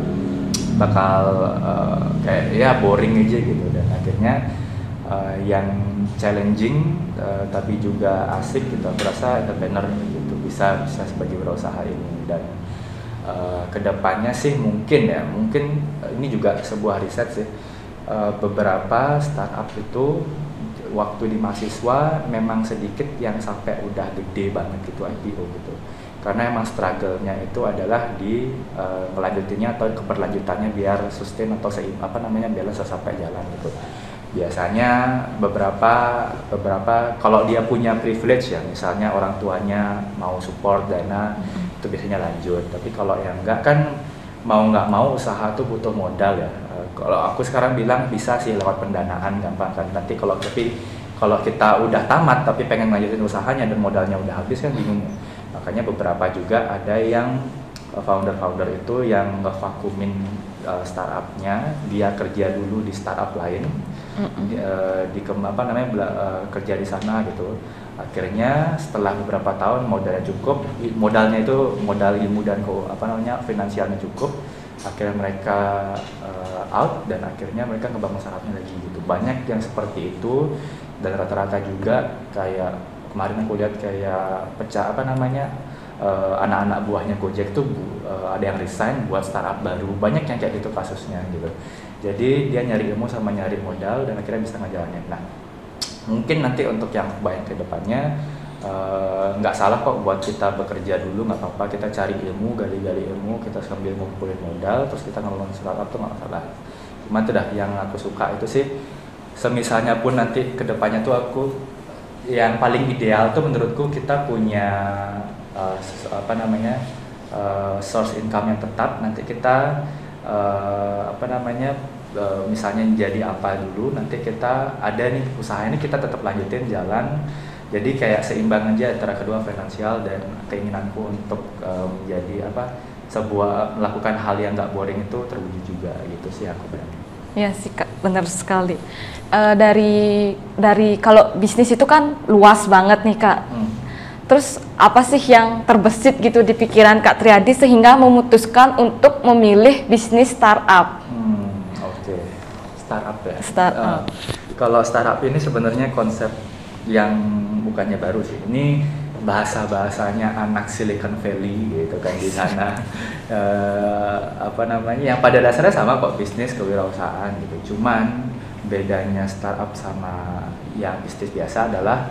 bakal uh, kayak ya boring aja gitu. Dan akhirnya uh, yang challenging uh, tapi juga asik gitu, aku rasa entrepreneur gitu, bisa bisa sebagai berusaha ini. Dan uh, kedepannya sih mungkin ya mungkin uh, ini juga sebuah riset sih, uh, beberapa startup itu waktu di mahasiswa memang sedikit yang sampai udah gede banget gitu I P O gitu, karena emang struggle-nya itu adalah di uh, melanjutinya atau keberlanjutannya biar sustain atau seim, apa namanya balance sampai jalan gitu. Biasanya beberapa beberapa kalau dia punya privilege ya, misalnya orang tuanya mau support dana, mm-hmm. itu biasanya lanjut. Tapi kalau yang enggak kan mau nggak mau usaha tuh butuh modal ya. E, kalau aku sekarang bilang bisa sih lewat pendanaan gampang kan. Nanti kalau tapi kalau kita udah tamat tapi pengen lanjutin usahanya dan modalnya udah habis kan bingung. Makanya beberapa juga ada yang founder-founder itu yang ngevakumin uh, startupnya, dia kerja dulu di startup lain, mm-hmm. di, uh, di ke, apa namanya bela, uh, kerja di sana gitu, Akhirnya setelah beberapa tahun modalnya cukup, modalnya itu modal ilmu dan ko, apa namanya finansialnya cukup, akhirnya mereka uh, out dan akhirnya mereka ngebangun startupnya lagi gitu. Banyak yang seperti itu dan rata-rata juga kayak kemarin aku lihat kayak pecah apa namanya uh, anak-anak buahnya Gojek tuh uh, ada yang resign buat startup baru. Banyak yang kayak gitu kasusnya gitu. Jadi dia nyari ilmu sama nyari modal dan akhirnya bisa ngejalanin. Nah, mungkin nanti untuk yang kebayang ke depannya nggak uh, salah kok buat kita bekerja dulu, nggak apa-apa, kita cari ilmu, gali-gali ilmu, kita sambil ngumpulin modal, terus kita ngebangun startup tuh nggak salah. Cuma tuh dah yang aku suka itu sih, semisalnya pun nanti ke depannya tuh aku yang paling ideal tuh menurutku kita punya uh, apa namanya uh, source income yang tetap. Nanti kita uh, apa namanya uh, misalnya jadi apa dulu, nanti kita ada nih usaha ini kita tetap lanjutin jalan. Jadi kayak seimbang aja antara kedua, finansial dan keinginanku untuk uh, menjadi apa sebuah melakukan hal yang nggak boring itu terwujud juga gitu sih aku bilang.
Ya sih Kak, benar sekali. Uh, dari dari kalau bisnis itu kan luas banget nih Kak. Hmm. Terus apa sih yang terbesit gitu di pikiran Kak Triadi sehingga memutuskan untuk memilih bisnis startup?
Hmm, Oke, okay. Startup ya.
Startup. Uh,
kalau startup ini sebenarnya konsep yang bukannya baru sih. Ini bahasa-bahasanya anak Silicon Valley gitu kan di sana. uh, apa namanya yang pada dasarnya sama kok, bisnis kewirausahaan gitu. Cuman bedanya startup sama yang bisnis biasa adalah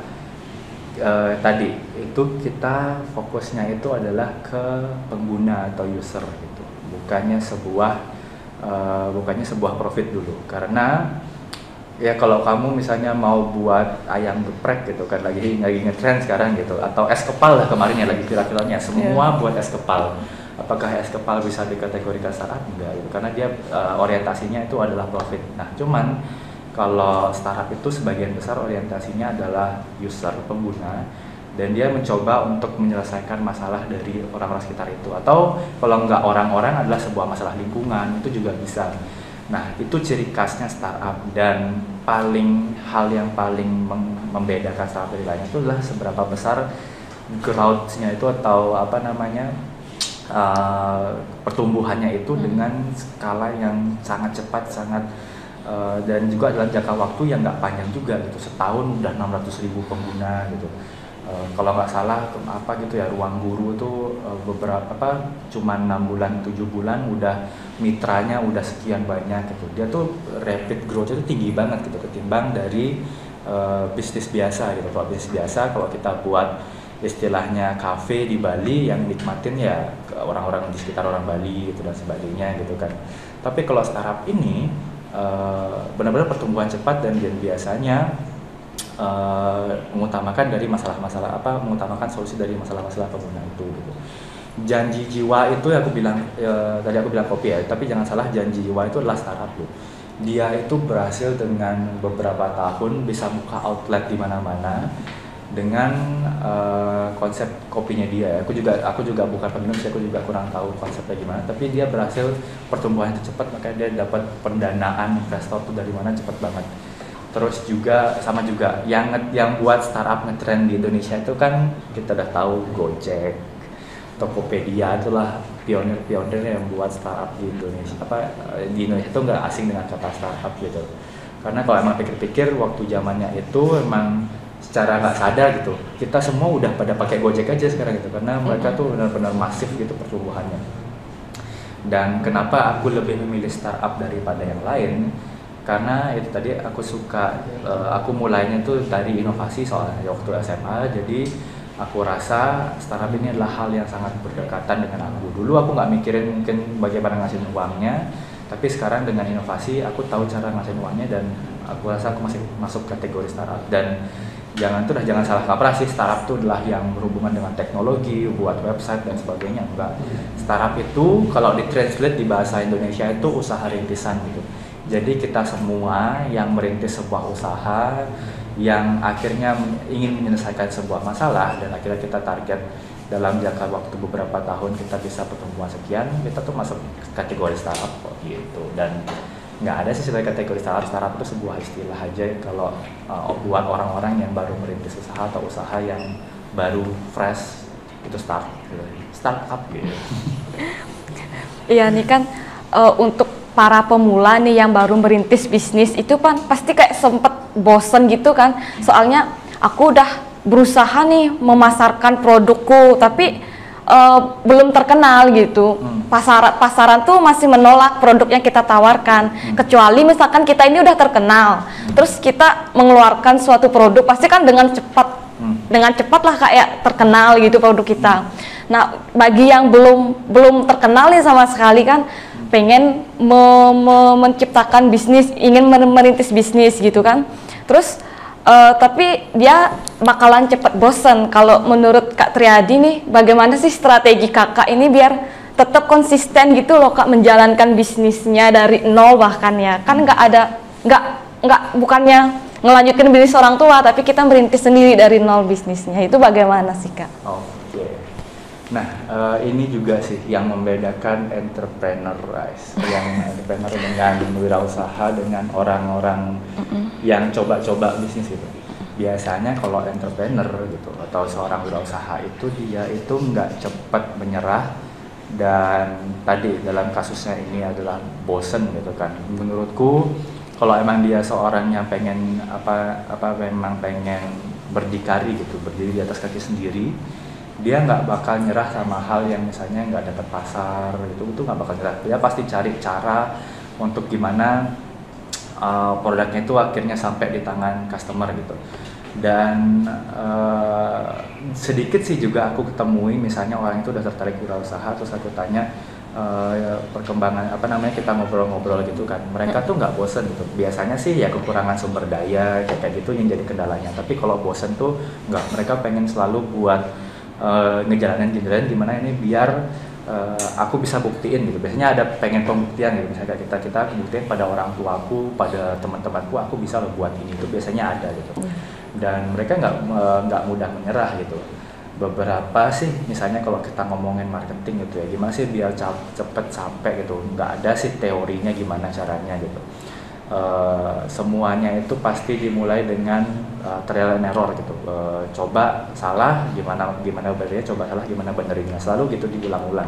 uh, tadi itu kita fokusnya itu adalah ke pengguna atau user gitu. Bukannya sebuah uh, bukannya sebuah profit dulu. Karena ya kalau kamu misalnya mau buat ayam geprek gitu kan, lagi lagi ngetrend sekarang gitu, atau es kepal lah kemarin ya lagi viral-viralnya, semua yeah. buat es kepal. Apakah es kepal bisa dikategorikan startup? Enggak gitu, karena dia uh, orientasinya itu adalah profit. Nah cuman kalau startup itu sebagian besar orientasinya adalah user, pengguna, dan dia mencoba untuk menyelesaikan masalah dari orang-orang sekitar itu, atau kalau enggak orang-orang adalah sebuah masalah lingkungan, itu juga bisa. Nah itu ciri khasnya startup, dan paling hal yang paling membedakan startup dari lainnya itu adalah seberapa besar growth-nya itu atau apa namanya uh, pertumbuhannya itu hmm. dengan skala yang sangat cepat, sangat uh, dan juga dalam jangka waktu yang nggak panjang juga gitu, setahun udah enam ratus ribu pengguna gitu. Uh, kalau nggak salah apa gitu ya, Ruang Guru itu uh, beberapa apa cuma enam bulan tujuh bulan udah mitranya udah sekian banyak gitu. Dia tuh rapid growth itu tinggi banget gitu ketimbang dari uh, bisnis biasa gitu. Kalau bisnis biasa kalau kita buat istilahnya kafe di Bali yang nikmatin ya orang-orang di sekitar orang Bali gitu dan sebagainya gitu kan. Tapi kalau startup ini uh, benar-benar pertumbuhan cepat dan, dan biasanya Uh, mengutamakan dari masalah-masalah apa mengutamakan solusi dari masalah-masalah pengguna itu gitu. Janji jiwa itu ya aku bilang ya, tadi aku bilang kopi ya, tapi jangan salah, janji jiwa itu adalah startup loh. Dia itu berhasil dengan beberapa tahun bisa buka outlet di mana-mana dengan uh, konsep kopinya dia. Aku juga aku juga bukan peminum, aku juga kurang tahu konsepnya gimana, tapi dia berhasil pertumbuhannya cepat, makanya dia dapat pendanaan investor tuh dari mana cepat banget. Terus juga sama juga yang yang buat startup ngetrend di Indonesia itu kan kita udah tahu Gojek, Tokopedia, itulah pionir-pionir yang buat startup di Indonesia. Apa di Indonesia itu nggak asing dengan kata startup gitu. Karena kalau emang pikir-pikir waktu zamannya itu emang secara nggak sadar gitu, kita semua udah pada pakai Gojek aja sekarang gitu, karena mereka tuh benar-benar masif gitu pertumbuhannya. Dan kenapa aku lebih memilih startup daripada yang lain? Karena itu tadi aku suka, uh, aku mulainya tuh dari inovasi soalnya waktu S M A, jadi aku rasa startup ini adalah hal yang sangat berdekatan dengan aku. Dulu aku nggak mikirin mungkin bagaimana ngasihin uangnya, tapi sekarang dengan inovasi aku tahu cara ngasihin uangnya dan aku rasa aku masih masuk kategori startup. Dan jangan tuh dah jangan salah kaprah sih, startup itu adalah yang berhubungan dengan teknologi, buat website dan sebagainya. Enggak, startup itu kalau ditranslate di bahasa Indonesia itu usaha rintisan gitu. Jadi kita semua yang merintis sebuah usaha yang akhirnya ingin menyelesaikan sebuah masalah dan akhirnya kita target dalam jangka waktu beberapa tahun kita bisa pertumbuhan sekian, kita tuh masuk kategori startup kok gitu. Dan nggak ada sih sebagai kategori startup. Startup itu sebuah istilah aja kalau uh, buat orang-orang yang baru merintis usaha atau usaha yang baru fresh, itu start gitu. Startup gitu.
Iya nih kan uh, untuk para pemula nih yang baru merintis bisnis itu kan pasti kayak sempet bosen gitu kan, soalnya aku udah berusaha nih memasarkan produkku tapi uh, belum terkenal gitu. hmm. Pasar, pasaran tuh masih menolak produk yang kita tawarkan. hmm. Kecuali misalkan kita ini udah terkenal, hmm. terus kita mengeluarkan suatu produk pasti kan dengan cepat hmm. dengan cepat lah kayak terkenal gitu produk kita. hmm. Nah bagi yang belum belum terkenal nih sama sekali kan, pengen me me menciptakan bisnis, ingin merintis bisnis gitu kan, terus uh, tapi dia bakalan cepet bosen. Kalau menurut Kak Triadi nih, bagaimana sih strategi kakak ini biar tetap konsisten gitu loh Kak, menjalankan bisnisnya dari nol bahkan ya, kan nggak ada nggak nggak bukannya ngelanjutkan bisnis orang tua, tapi kita merintis sendiri dari nol bisnisnya, itu bagaimana sih Kak?
Oke. Nah, uh, ini juga sih yang membedakan entrepreneur, guys. Yang entrepreneur dengan wirausaha dengan orang-orang mm-hmm. yang coba-coba bisnis itu. Biasanya kalau entrepreneur gitu atau seorang wirausaha itu dia itu nggak cepat menyerah, dan tadi dalam kasusnya ini adalah bosen gitu kan. Menurutku kalau emang dia seorang yang pengen apa apa memang pengen berdikari gitu, berdiri di atas kaki sendiri, dia nggak bakal nyerah sama hal yang misalnya nggak dapat pasar gitu, itu nggak bakal nyerah. Dia pasti cari cara untuk gimana uh, produknya itu akhirnya sampai di tangan customer gitu. Dan uh, sedikit sih juga aku ketemui misalnya orang itu udah tertarik wirausaha, terus aku tanya uh, perkembangan apa namanya, kita ngobrol-ngobrol gitu kan, mereka tuh nggak bosen gitu. Biasanya sih ya kekurangan sumber daya kayak gitu yang jadi kendalanya, tapi kalau bosen tuh nggak, mereka pengen selalu buat Uh, ngejalanin-ngejalanin gimana ini biar uh, aku bisa buktiin gitu. Biasanya ada pengen pembuktian gitu, misalnya kita kita buktiin pada orang tuaku, pada teman-temanku, aku bisa lo buat ini, itu biasanya ada gitu. Dan mereka nggak nggak uh, mudah menyerah gitu. Beberapa sih misalnya kalau kita ngomongin marketing gitu ya, gimana sih biar cepet sampai gitu, nggak ada sih teorinya gimana caranya gitu. Uh, semuanya itu pasti dimulai dengan uh, trial and error gitu, uh, coba salah gimana gimana benernya, coba salah gimana benerinnya, selalu gitu diulang-ulang.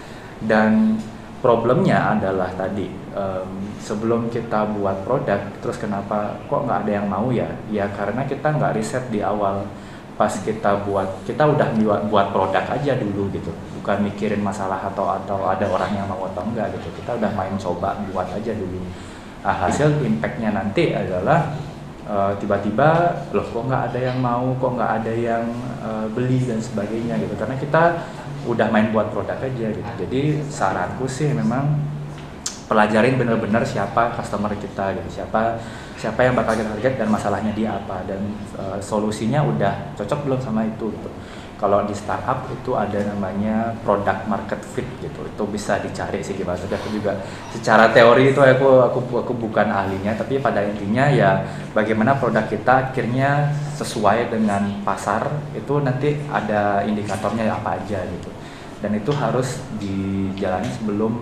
Dan problemnya adalah tadi um, sebelum kita buat produk, terus kenapa kok nggak ada yang mau ya? Ya karena kita nggak riset di awal. Pas kita buat, kita udah buat, buat produk aja dulu gitu, bukan mikirin masalah atau atau ada orang yang mau atau enggak gitu. Kita udah main coba buat aja dulu. Nah, hasil impactnya nanti adalah uh, tiba-tiba loh kok nggak ada yang mau, kok nggak ada yang uh, beli dan sebagainya gitu, karena kita udah main buat produk aja gitu. Jadi saranku sih memang pelajarin bener-bener siapa customer kita gitu, siapa siapa yang bakal kita target dan masalahnya dia apa, dan uh, solusinya udah cocok belum sama itu gitu. Kalau di startup itu ada namanya product market fit gitu, itu bisa dicari sih gimana. Tapi aku juga secara teori itu aku aku aku bukan ahlinya, tapi pada intinya ya bagaimana produk kita akhirnya sesuai dengan pasar, itu nanti ada indikatornya apa aja gitu. Dan itu harus dijalani sebelum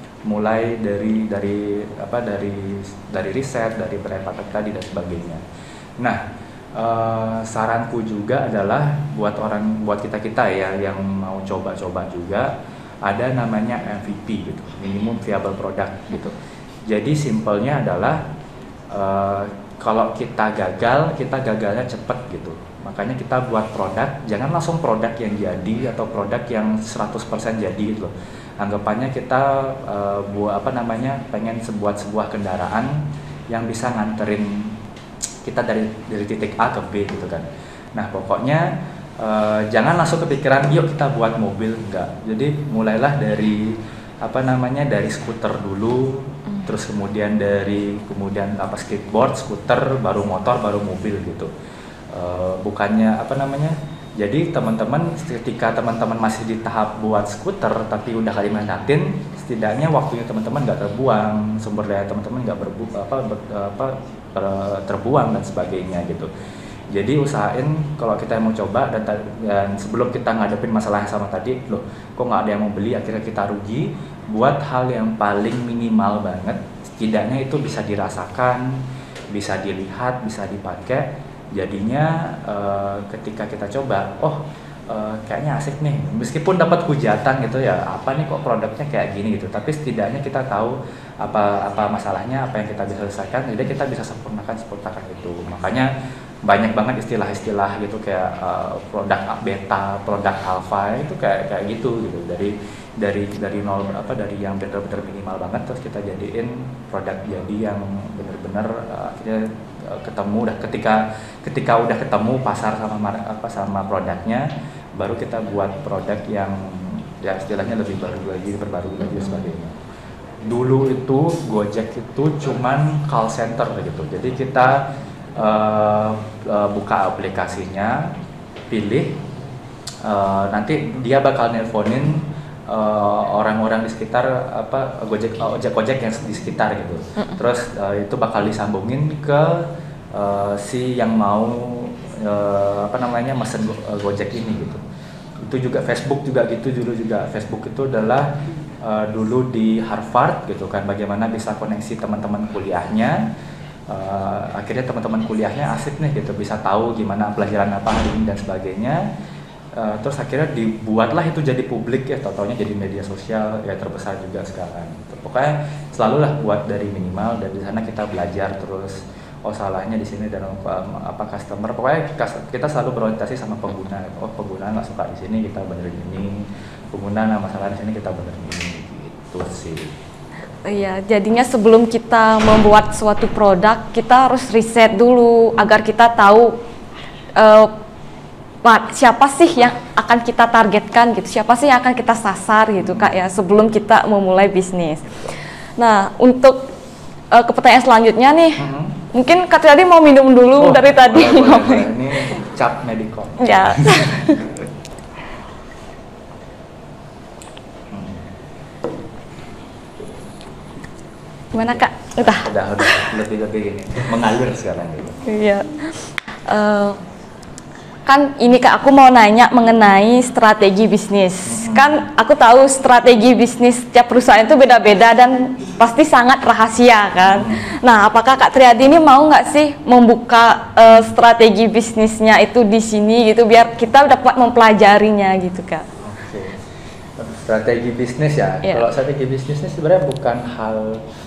mulai dari dari apa dari dari riset, dari brand market tadi dan sebagainya. Nah, Uh, saranku juga adalah buat orang, buat kita-kita ya yang mau coba-coba juga, ada namanya M V P gitu, minimum viable product gitu. Jadi simpelnya adalah uh, kalau kita gagal, kita gagalnya cepet gitu. Makanya kita buat produk, jangan langsung produk yang jadi atau produk yang seratus persen jadi gitu. Anggapannya kita uh, buat apa namanya, pengen sebuah sebuah kendaraan yang bisa nganterin kita dari dari titik A ke B gitu kan. Nah pokoknya uh, jangan langsung kepikiran yuk kita buat mobil, enggak. Jadi mulailah dari apa namanya, dari skuter dulu, mm. terus kemudian dari kemudian apa skateboard, skuter, baru motor, baru mobil gitu. Uh, bukannya apa namanya, jadi teman-teman ketika teman-teman masih di tahap buat skuter tapi udah kali menatin, setidaknya waktunya teman-teman nggak terbuang, sumber daya teman-teman nggak berbu apa, ber, apa terbuang dan sebagainya gitu. Jadi usahain kalau kita mau coba dan, dan sebelum kita ngadepin masalah yang sama tadi, loh kok nggak ada yang mau beli, akhirnya kita rugi, buat hal yang paling minimal banget, setidaknya itu bisa dirasakan, bisa dilihat, bisa dipakai. Jadinya uh, ketika kita coba, oh uh, kayaknya asik nih, meskipun dapat hujatan gitu ya, apa nih kok produknya kayak gini gitu, tapi setidaknya kita tahu apa apa masalahnya, apa yang kita bisa selesaikan, jadi kita bisa sempurnakan sempurnakan itu. Makanya banyak banget istilah-istilah gitu kayak uh, produk beta, produk alpha itu kayak kayak gitu gitu dari dari dari nol apa dari yang benar-benar minimal banget terus kita jadiin produk jadi yang benar-benar uh, akhirnya uh, ketemu udah ketika ketika udah ketemu pasar sama apa sama produknya, baru kita buat produk yang ya istilahnya lebih baru lagi, berbaru lagi dan sebagainya. Dulu itu Gojek itu cuman call center gitu, jadi kita Uh, uh, buka aplikasinya, pilih, uh, nanti dia bakal nelponin uh, orang-orang di sekitar apa Gojek, ojek-ojek yang di sekitar gitu. Terus uh, itu bakal disambungin ke uh, si yang mau uh, apa namanya mesen uh, Gojek ini gitu. Itu juga Facebook juga gitu, dulu juga Facebook itu adalah uh, dulu di Harvard gitu kan, bagaimana bisa koneksi teman-teman kuliahnya. Uh, akhirnya teman-teman kuliahnya asik nih gitu, bisa tahu gimana pelajaran apa hari ini dan sebagainya. Uh, terus akhirnya dibuatlah itu jadi publik ya, totalnya jadi media sosial ya terbesar juga sekarang. Pokoknya selalulah buat dari minimal, dan di sana kita belajar terus. Oh salahnya di sini dan um, apa customer. Pokoknya kita selalu berorientasi sama pengguna. Oh pengguna nggak suka di sini, kita benerin ini. Pengguna nggak masalah di sini, kita benerin ini. Gitu sih.
Iya, jadinya sebelum kita membuat suatu produk, kita harus riset dulu agar kita tahu uh, siapa sih yang akan kita targetkan gitu, siapa sih yang akan kita sasar gitu Kak ya, sebelum kita memulai bisnis. Nah, untuk uh, ke pertanyaan selanjutnya nih, mm-hmm. mungkin Kak Triadi mau minum dulu oh, dari tadi.
Boleh, boleh. Ini cap Medicom.
Ya. Gimana Kak? Udah?
Udah, udah lebih-lebih gini, mengalir sekarang gitu.
Iya. Uh, kan ini Kak, aku mau nanya mengenai strategi bisnis. Mm-hmm. Kan aku tahu strategi bisnis setiap perusahaan itu beda-beda dan pasti sangat rahasia kan. Mm-hmm. Nah, apakah Kak Triadi ini mau nggak sih membuka uh, strategi bisnisnya itu di sini gitu, biar kita dapat mempelajarinya gitu Kak?
Oke. Strategi bisnis ya. Yeah. Kalau strategi bisnisnya sebenarnya bukan hal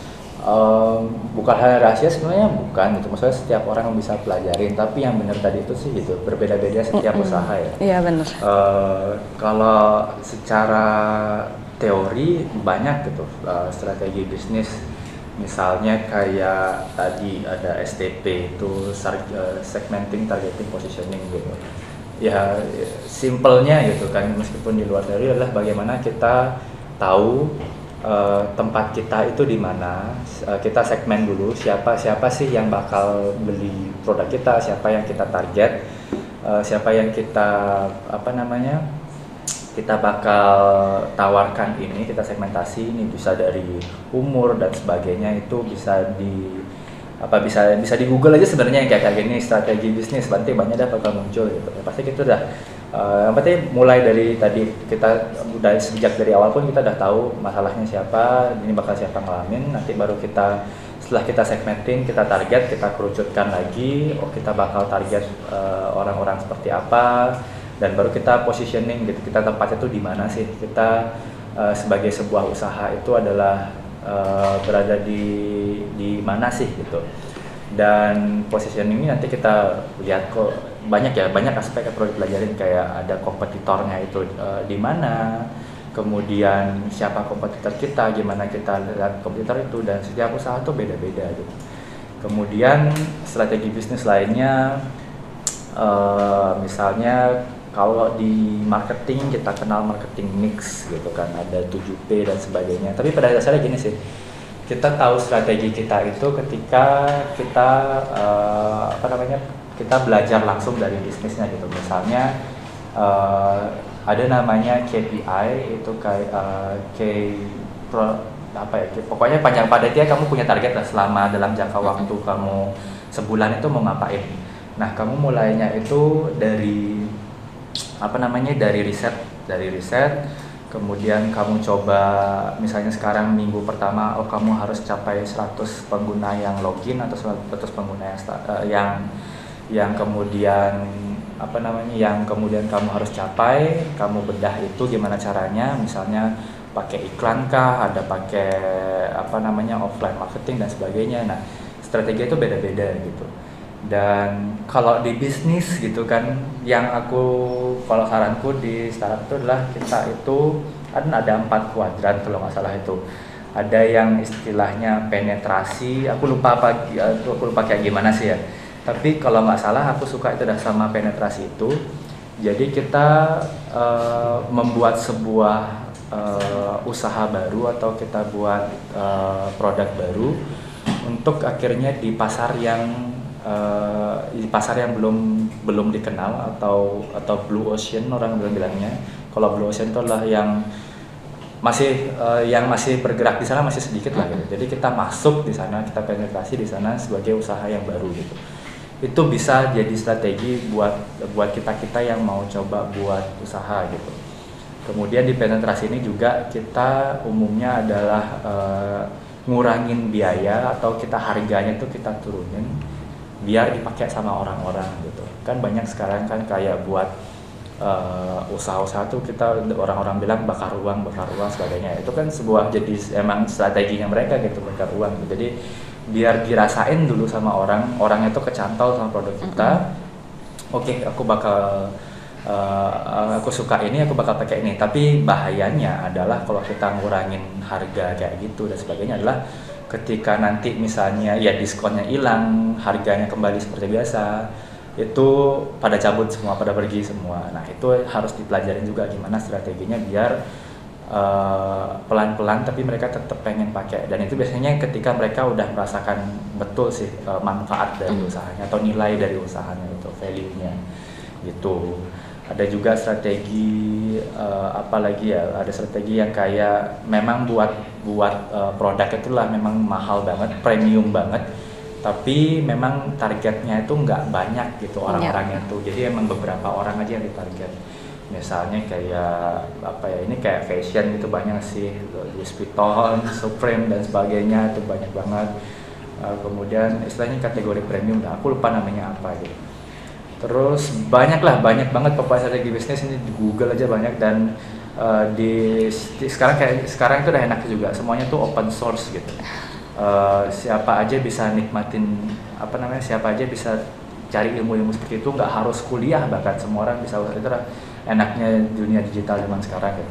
Um, bukan hal rahasia sebenarnya, bukan gitu, maksudnya setiap orang bisa pelajarin, tapi yang benar tadi itu sih gitu, berbeda-beda setiap mm-hmm. usaha ya.
Iya benar.
Uh, kalau secara teori banyak gitu uh, strategi bisnis, misalnya kayak tadi ada S T P itu uh, segmenting, targeting, positioning gitu. Ya simpelnya gitu kan, meskipun di luar teori adalah bagaimana kita tahu Uh, tempat kita itu di mana, uh, kita segmen dulu siapa siapa sih yang bakal beli produk kita, siapa yang kita target, uh, siapa yang kita apa namanya kita bakal tawarkan ini, kita segmentasi ini, bisa dari umur dan sebagainya, itu bisa di apa bisa bisa di Google aja sebenarnya yang kayak kayak gini strategi bisnis, nanti banyak dah bakal muncul gitu. Ya, pasti kita udah Uh, yang penting mulai dari tadi kita udah sejak dari awal pun kita udah tahu masalahnya siapa, ini bakal siapa ngalamin, nanti baru kita setelah kita segmenting, kita target, kita kerucutkan lagi, oh kita bakal target uh, orang-orang seperti apa, dan baru kita positioning gitu, kita tempatnya tuh di mana sih, kita uh, sebagai sebuah usaha itu adalah uh, berada di di mana sih gitu. Dan positioning ini nanti kita lihat kok banyak ya, banyak aspek yang perlu dipelajarin, kayak ada kompetitornya itu uh, di mana, kemudian siapa kompetitor kita, gimana kita lihat kompetitor itu, dan setiap usaha itu beda-beda gitu. Kemudian strategi bisnis lainnya, uh, misalnya kalau di marketing kita kenal marketing mix gitu kan, ada tujuh P dan sebagainya. Tapi pada dasarnya gini sih, kita tahu strategi kita itu ketika kita uh, apa namanya kita belajar langsung dari bisnisnya gitu. Misalnya uh, ada namanya K P I, itu kayak uh, K pro, apa ya, pokoknya panjang padatnya kamu punya target lah selama dalam jangka waktu kamu sebulan itu mau ngapain. Nah kamu mulainya itu dari apa namanya dari riset, dari riset kemudian kamu coba misalnya sekarang minggu pertama, oh kamu harus capai seratus pengguna yang login atau seratus pengguna yang uh, yang yang kemudian apa namanya yang kemudian kamu harus capai, kamu bedah itu gimana caranya, misalnya pakai iklan kah, ada pakai apa namanya offline marketing dan sebagainya. Nah, strategi itu beda-beda gitu. Dan kalau di bisnis gitu kan, yang aku kalau saranku di startup itu adalah kita itu kan ada empat kuadran kalau nggak salah itu. Ada yang istilahnya penetrasi, aku lupa apa, aku lupa kayak gimana sih ya. Tapi kalau nggak salah aku suka itu dah sama penetrasi itu. Jadi kita uh, membuat sebuah uh, usaha baru atau kita buat uh, produk baru untuk akhirnya di pasar yang uh, di pasar yang belum belum dikenal atau atau blue ocean orang bilang bilangnya. Kalau blue ocean itu adalah yang masih uh, yang masih bergerak di sana masih sedikit lah gitu. Jadi kita masuk di sana, kita penetrasi di sana sebagai usaha yang baru gitu. Itu bisa jadi strategi buat buat kita-kita yang mau coba buat usaha gitu. Kemudian di penetrasi ini juga kita umumnya adalah uh, ngurangin biaya atau kita harganya itu kita turunin biar dipakai sama orang-orang gitu. Kan banyak sekarang kan kayak buat uh, usaha-usaha tuh kita orang-orang bilang bakar uang, bakar uang sebagainya. Itu kan sebuah jadi emang strateginya mereka gitu, bakar uang. Jadi biar dirasain dulu sama orang, orang itu kecantol sama produk kita. Mm-hmm. Oke, okay, aku bakal uh, aku suka ini, aku bakal pakai ini. Tapi bahayanya adalah kalau kita ngurangin harga kayak gitu dan sebagainya adalah ketika nanti misalnya ya diskonnya hilang, harganya kembali seperti biasa, itu pada cabut semua, pada pergi semua. Nah, itu harus dipelajarin juga gimana strateginya biar Uh, pelan-pelan tapi mereka tetap pengen pakai, dan itu biasanya ketika mereka udah merasakan betul sih uh, manfaat dari mm. usahanya atau nilai dari usahanya itu, value-nya gitu. Ada juga strategi uh, apa lagi ya, ada strategi yang kayak memang buat buat uh, produk itulah memang mahal banget, premium banget, tapi memang targetnya itu nggak banyak gitu orang-orangnya tuh, jadi emang beberapa orang aja yang ditarget. Misalnya kayak apa ya, ini kayak fashion gitu banyak sih, Louis Vuitton, Supreme dan sebagainya itu banyak banget. Uh, kemudian istilahnya kategori premium, nah aku lupa namanya apa gitu. Terus banyak lah, banyak banget pokoknya strategi bisnis ini di Google aja banyak, dan uh, di, di sekarang kayak sekarang itu udah enak juga, semuanya tuh open source gitu. Uh, siapa aja bisa nikmatin apa namanya, siapa aja bisa cari ilmu-ilmu seperti itu, nggak harus kuliah, bahkan semua orang bisa. Itu lah enaknya dunia digital zaman sekarang gitu.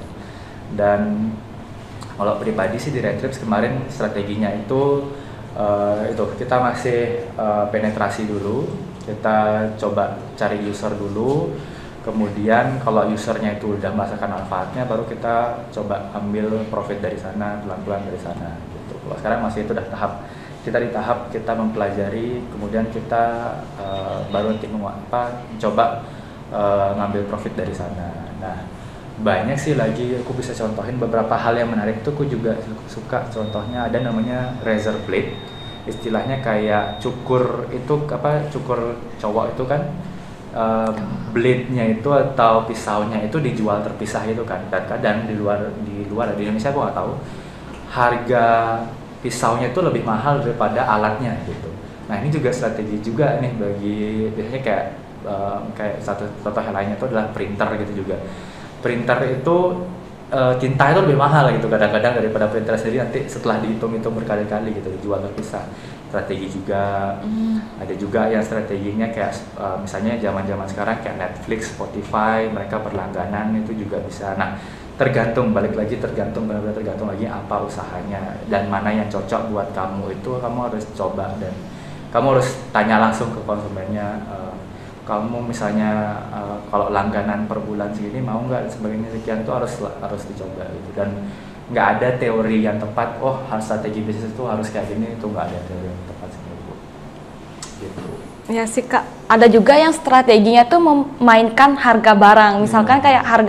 Dan kalau pribadi sih di Retrips kemarin strateginya itu uh, itu kita masih uh, penetrasi dulu, kita coba cari user dulu, kemudian kalau usernya itu udah merasakan manfaatnya baru kita coba ambil profit dari sana, pelan-pelan dari sana gitu. Kalau sekarang masih itu udah tahap kita di tahap kita mempelajari, kemudian kita uh, baru nanti apa coba uh, ngambil profit dari sana. Nah, banyak sih lagi aku bisa contohin beberapa hal yang menarik tuh. Aku juga suka contohnya ada namanya razor blade, istilahnya kayak cukur itu apa, cukur cowok itu kan uh, blade-nya itu atau pisaunya itu dijual terpisah itu kan, dan kadang di luar di luar di Indonesia aku nggak tahu harga pisaunya itu lebih mahal daripada alatnya gitu. Nah, ini juga strategi juga nih bagi biasanya kayak uh, kayak satu contoh lainnya itu adalah printer gitu juga. Printer itu uh, tinta itu lebih mahal gitu kadang-kadang daripada printer sendiri, nanti setelah dihitung-hitung berkali-kali gitu dijual terpisah. Strategi juga mm. ada juga yang strateginya kayak uh, misalnya zaman-zaman sekarang kayak Netflix, Spotify, mereka berlangganan itu juga bisa. Nah, tergantung, balik lagi tergantung benar-benar tergantung lagi apa usahanya dan mana yang cocok buat kamu, itu kamu harus coba dan kamu harus tanya langsung ke konsumennya. Uh, kamu misalnya uh, kalau langganan per bulan segini mau nggak sebagainya sekian, itu harus harus dicoba gitu. Dan nggak ada teori yang tepat, oh strategi bisnis itu harus kayak gini, itu nggak ada teori yang tepat seperti gitu.
Ya sih Kak, ada juga yang strateginya tuh memainkan harga barang, misalkan hmm. kayak harga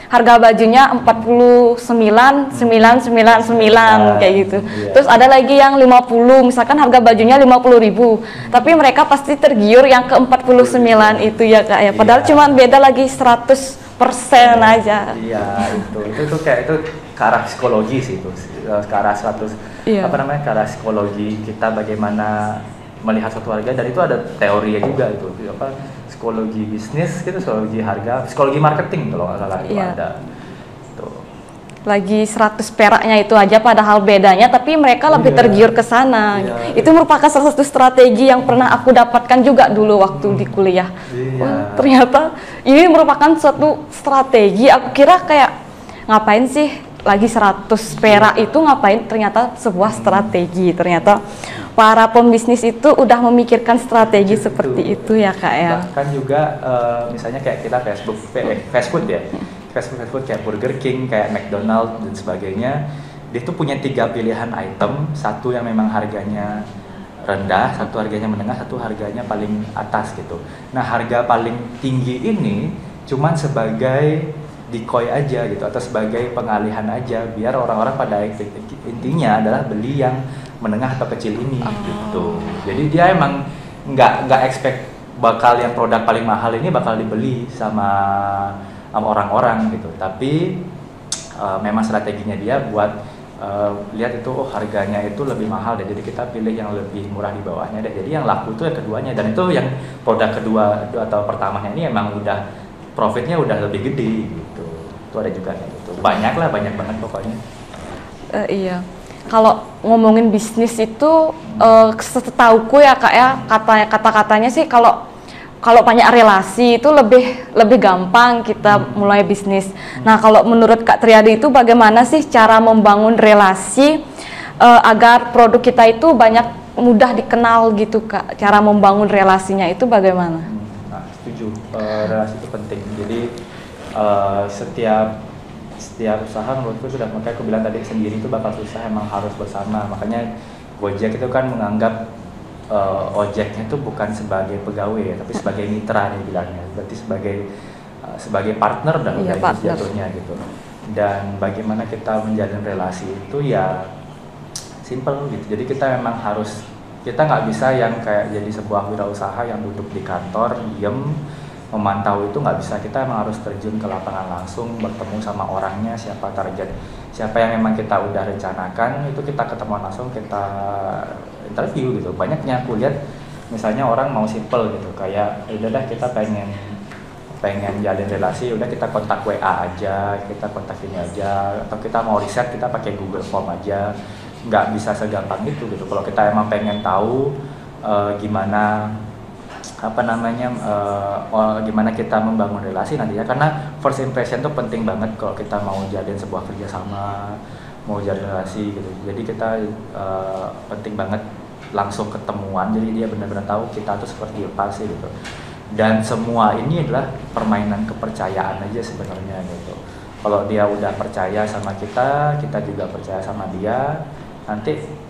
harga bajunya empat puluh sembilan sembilan sembilan sembilan kayak gitu.
Iya.
Terus ada lagi yang lima puluh, misalkan harga bajunya lima puluh ribu, tapi mereka pasti tergiur yang ke empat puluh sembilan itu ya Kak ya. Padahal
Iya.
cuma beda lagi seratus persen aja.
Iya, itu itu tuh kayak itu ke arah psikologi sih itu, ke arah seratus
Iya.
apa namanya, ke arah psikologi kita bagaimana melihat suatu harga, dan itu ada teorinya juga itu apa, psikologi bisnis gitu, psikologi harga, psikologi marketing kalau nggak salah itu
Iya.
ada tuh.
Lagi seratus peraknya itu aja, padahal bedanya, tapi mereka lebih
Iya.
tergiur ke sana.
Iya.
Itu merupakan salah satu strategi yang pernah aku dapatkan juga dulu waktu di kuliah.
Iya.
Wah, ternyata ini merupakan suatu strategi. Aku kira kayak ngapain sih lagi seratus perak itu, ngapain, ternyata sebuah strategi. Ternyata para pembisnis itu udah memikirkan strategi
Itu.
seperti itu ya Kak ya.
Bahkan juga eh, misalnya kayak kita Facebook, eh, fast food ya, fast food, fast food kayak Burger King, kayak McDonald dan sebagainya, dia tuh punya tiga pilihan item, satu yang memang harganya rendah, satu harganya menengah, satu harganya paling atas gitu. Nah harga paling tinggi ini cuman sebagai decoy aja gitu, atau sebagai pengalihan aja, biar orang-orang pada intinya adalah beli yang menengah atau kecil ini
Oh.
gitu. Jadi dia emang nggak nggak expect bakal yang produk paling mahal ini bakal dibeli sama sama orang-orang gitu. Tapi uh, memang strateginya dia buat uh, lihat itu, oh harganya itu lebih mahal deh, jadi kita pilih yang lebih murah di bawahnya deh. Jadi yang laku itu yang keduanya, dan itu yang produk kedua atau pertamanya ini emang udah profitnya udah lebih gede gitu. Itu ada juga kayak gitu. Banyak lah, banyak banget pokoknya.
Eh, iya. Kalau ngomongin bisnis itu, uh, setauku ya Kak ya, kata kata-katanya sih kalau kalau banyak relasi itu lebih lebih gampang kita
Hmm.
mulai bisnis. Nah, kalau menurut Kak Triadi itu bagaimana sih cara membangun relasi uh, agar produk kita itu banyak mudah dikenal gitu Kak? Cara membangun relasinya itu bagaimana?
Hmm, Nah, setuju. Eh, relasi itu penting. Jadi eh, setiap setiap usaha menurutku sudah, makanya aku bilang tadi sendiri itu bakal susah, emang harus bersama. Makanya Gojek itu kan menganggap uh, ojeknya itu bukan sebagai pegawai ya, tapi sebagai mitra nih bilangnya. Berarti sebagai uh, sebagai partner dah
Iya,
dari
partner.
jatuhnya gitu. Dan bagaimana kita menjalin relasi itu ya simple gitu. Jadi kita memang harus, kita nggak bisa yang kayak jadi sebuah wirausaha yang duduk di kantor diem memantau, itu nggak bisa. Kita emang harus terjun ke lapangan langsung, bertemu sama orangnya, siapa target, siapa yang memang kita udah rencanakan, itu kita ketemuan langsung, kita interview gitu. Banyaknya aku lihat misalnya orang mau simple gitu, kayak udah dah kita pengen pengen jalin relasi, udah kita kontak W A aja, kita kontak ini aja, atau kita mau riset kita pakai Google Form aja. Nggak bisa segampang itu gitu. Kalau kita emang pengen tahu uh, gimana apa namanya uh, oh, gimana kita membangun relasi nantinya, karena first impression tuh penting banget kalau kita mau jalin sebuah kerjasama, mau jalin relasi gitu. Jadi kita uh, penting banget langsung ketemuan, jadi dia benar-benar tahu kita tuh seperti apa sih gitu. Dan semua ini adalah permainan kepercayaan aja sebenarnya gitu. Kalau dia udah percaya sama kita, kita juga percaya sama dia, nanti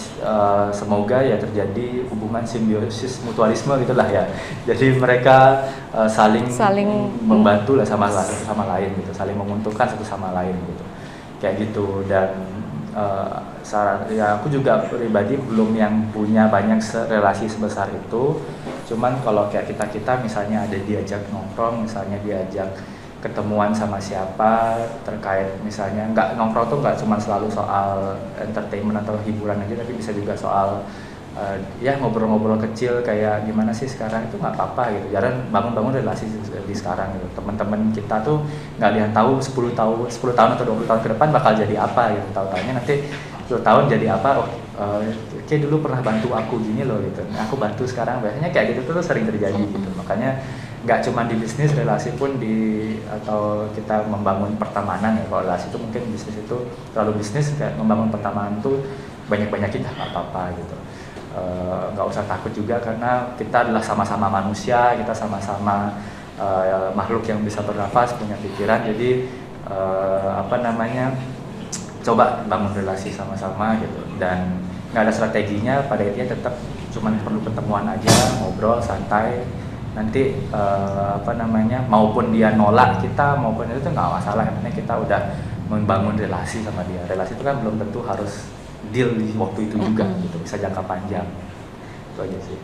Uh, semoga ya terjadi hubungan simbiosis mutualisme gitulah ya. Jadi mereka uh, saling,
Saling
membantu lah sama satu sama lain gitu, saling menguntungkan satu sama lain gitu, kayak gitu. Dan uh, saran ya, aku juga pribadi belum yang punya banyak se- relasi sebesar itu. Cuman kalau kayak kita kita misalnya ada diajak nongkrong, misalnya diajak ketemuan sama siapa terkait misalnya, nggak nongkrong tuh nggak cuma selalu soal entertainment atau hiburan aja, tapi bisa juga soal uh, ya ngobrol-ngobrol kecil kayak gimana sih sekarang, itu nggak apa-apa gitu. Jarang bangun-bangun relasi di sekarang gitu. Teman-teman kita tuh nggak lihat tahu sepuluh tahun sepuluh tahun atau dua puluh tahun ke depan bakal jadi apa gitu. Tahu-tahunya nanti sepuluh tahun jadi apa, oh uh, kayak dulu pernah bantu aku gini loh gitu, aku bantu sekarang. Biasanya kayak gitu tuh sering terjadi gitu. Makanya nggak cuma di bisnis, relasi pun di, atau kita membangun pertemanan ya. Kalau relasi itu mungkin bisnis itu terlalu bisnis, kayak membangun pertemanan tuh banyak-banyakin nggak apa-apa gitu. Nggak uh, usah takut juga, karena kita adalah sama-sama manusia, kita sama-sama uh, makhluk yang bisa bernafas, punya pikiran. Jadi uh, apa namanya, coba bangun relasi sama-sama gitu. Dan nggak ada strateginya, pada intinya tetap cuman perlu ketemuan aja, ngobrol santai, nanti uh, apa namanya maupun dia nolak kita maupun itu nggak masalah, yang penting kita udah membangun relasi sama dia. Relasi itu kan belum tentu harus deal di waktu itu juga mm-hmm. gitu, bisa jangka panjang. Itu aja sih.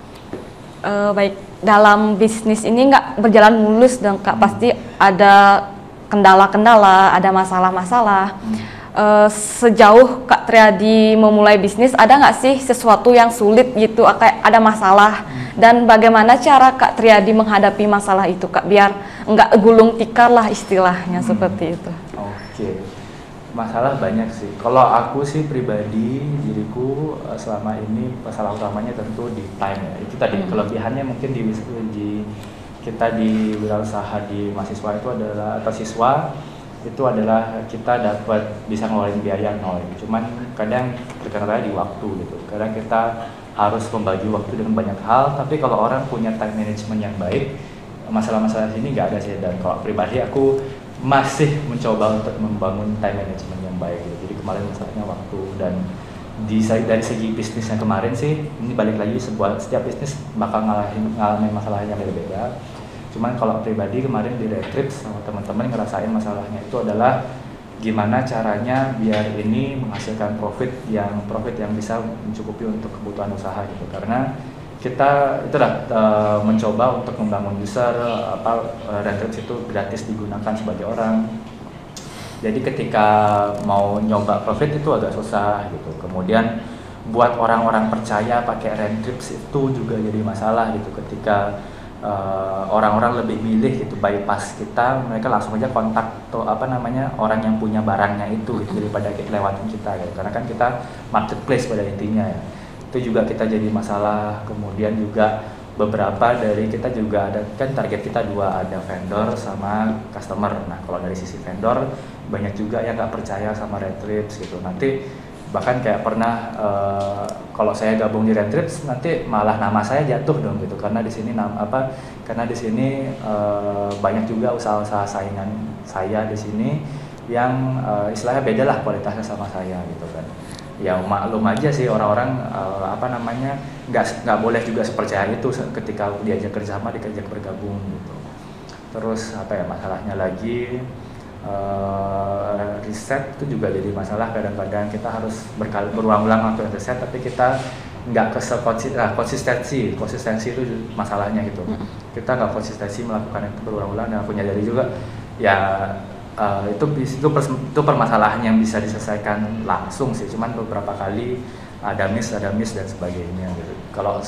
Uh, baik, dalam bisnis ini nggak berjalan mulus dong Kak, pasti ada kendala-kendala, ada masalah-masalah. Hmm. Uh, sejauh Kak Triadi memulai bisnis, ada nggak sih sesuatu yang sulit gitu, kayak ada masalah? Hmm. Dan bagaimana cara Kak Triadi menghadapi masalah itu Kak, biar nggak gulung tikar lah istilahnya hmm. seperti itu?
Oke, okay. Masalah banyak sih. Kalau aku sih pribadi, diriku selama ini masalah utamanya tentu di time ya. Itu tadi hmm. kelebihannya mungkin di, di kita di wirausaha di mahasiswa itu adalah atau siswa itu adalah kita dapat bisa ngeluarin biaya nol. Cuman kadang terkadang di waktu gitu. Kadang kita harus membagi waktu dengan banyak hal. Tapi kalau orang punya time management yang baik, masalah-masalah ini nggak ada sih. Dan kalau pribadi aku masih mencoba untuk membangun time management yang baik gitu. Jadi kemarin masalahnya waktu, dan di, dari segi bisnisnya kemarin sih ini balik lagi sebuah setiap bisnis bakal ngalahin ngalamin masalah yang beda-beda. Cuman kalau pribadi kemarin di Retrip sama teman-teman ngerasain masalahnya itu adalah gimana caranya biar ini menghasilkan profit yang profit yang bisa mencukupi untuk kebutuhan usaha gitu. Karena kita itulah e, mencoba untuk membangun user apa Retrip itu gratis digunakan sebagai orang. Jadi ketika mau nyoba profit itu agak susah gitu. Kemudian buat orang-orang percaya pakai Retrip itu juga jadi masalah gitu, ketika Uh, orang-orang lebih milih gitu bypass kita, mereka langsung aja kontak tuh apa namanya orang yang punya barangnya itu gitu, daripada kita lewatin kita gitu. Karena kan kita marketplace pada intinya ya, itu juga kita jadi masalah. Kemudian juga beberapa dari kita juga ada kan target kita dua, ada vendor sama customer. Nah kalau dari sisi vendor banyak juga yang nggak percaya sama Retrips gitu. Nanti bahkan kayak pernah uh, kalau saya gabung di Retrips nanti malah nama saya jatuh dong gitu, karena di sini nama apa karena di sini uh, banyak juga usaha-usaha saingan saya di sini yang uh, istilahnya beda lah kualitasnya sama saya gitu kan. Ya maklum aja sih orang-orang uh, apa namanya nggak nggak boleh juga sepercaya itu ketika diajak kerjasama, diajak bergabung gitu. Terus apa ya masalahnya lagi, Uh, riset itu juga jadi masalah. Kadang-kadang kita harus berkali berulang-ulang waktu riset, tapi kita nggak konsistensi, nah, konsistensi, konsistensi itu masalahnya gitu. Kita nggak konsistensi melakukan itu berulang-ulang, dan aku nyadari juga ya uh, itu itu, pers, itu permasalahan yang bisa diselesaikan langsung sih. Cuman beberapa kali ada miss, ada miss dan sebagainya gitu. Kalau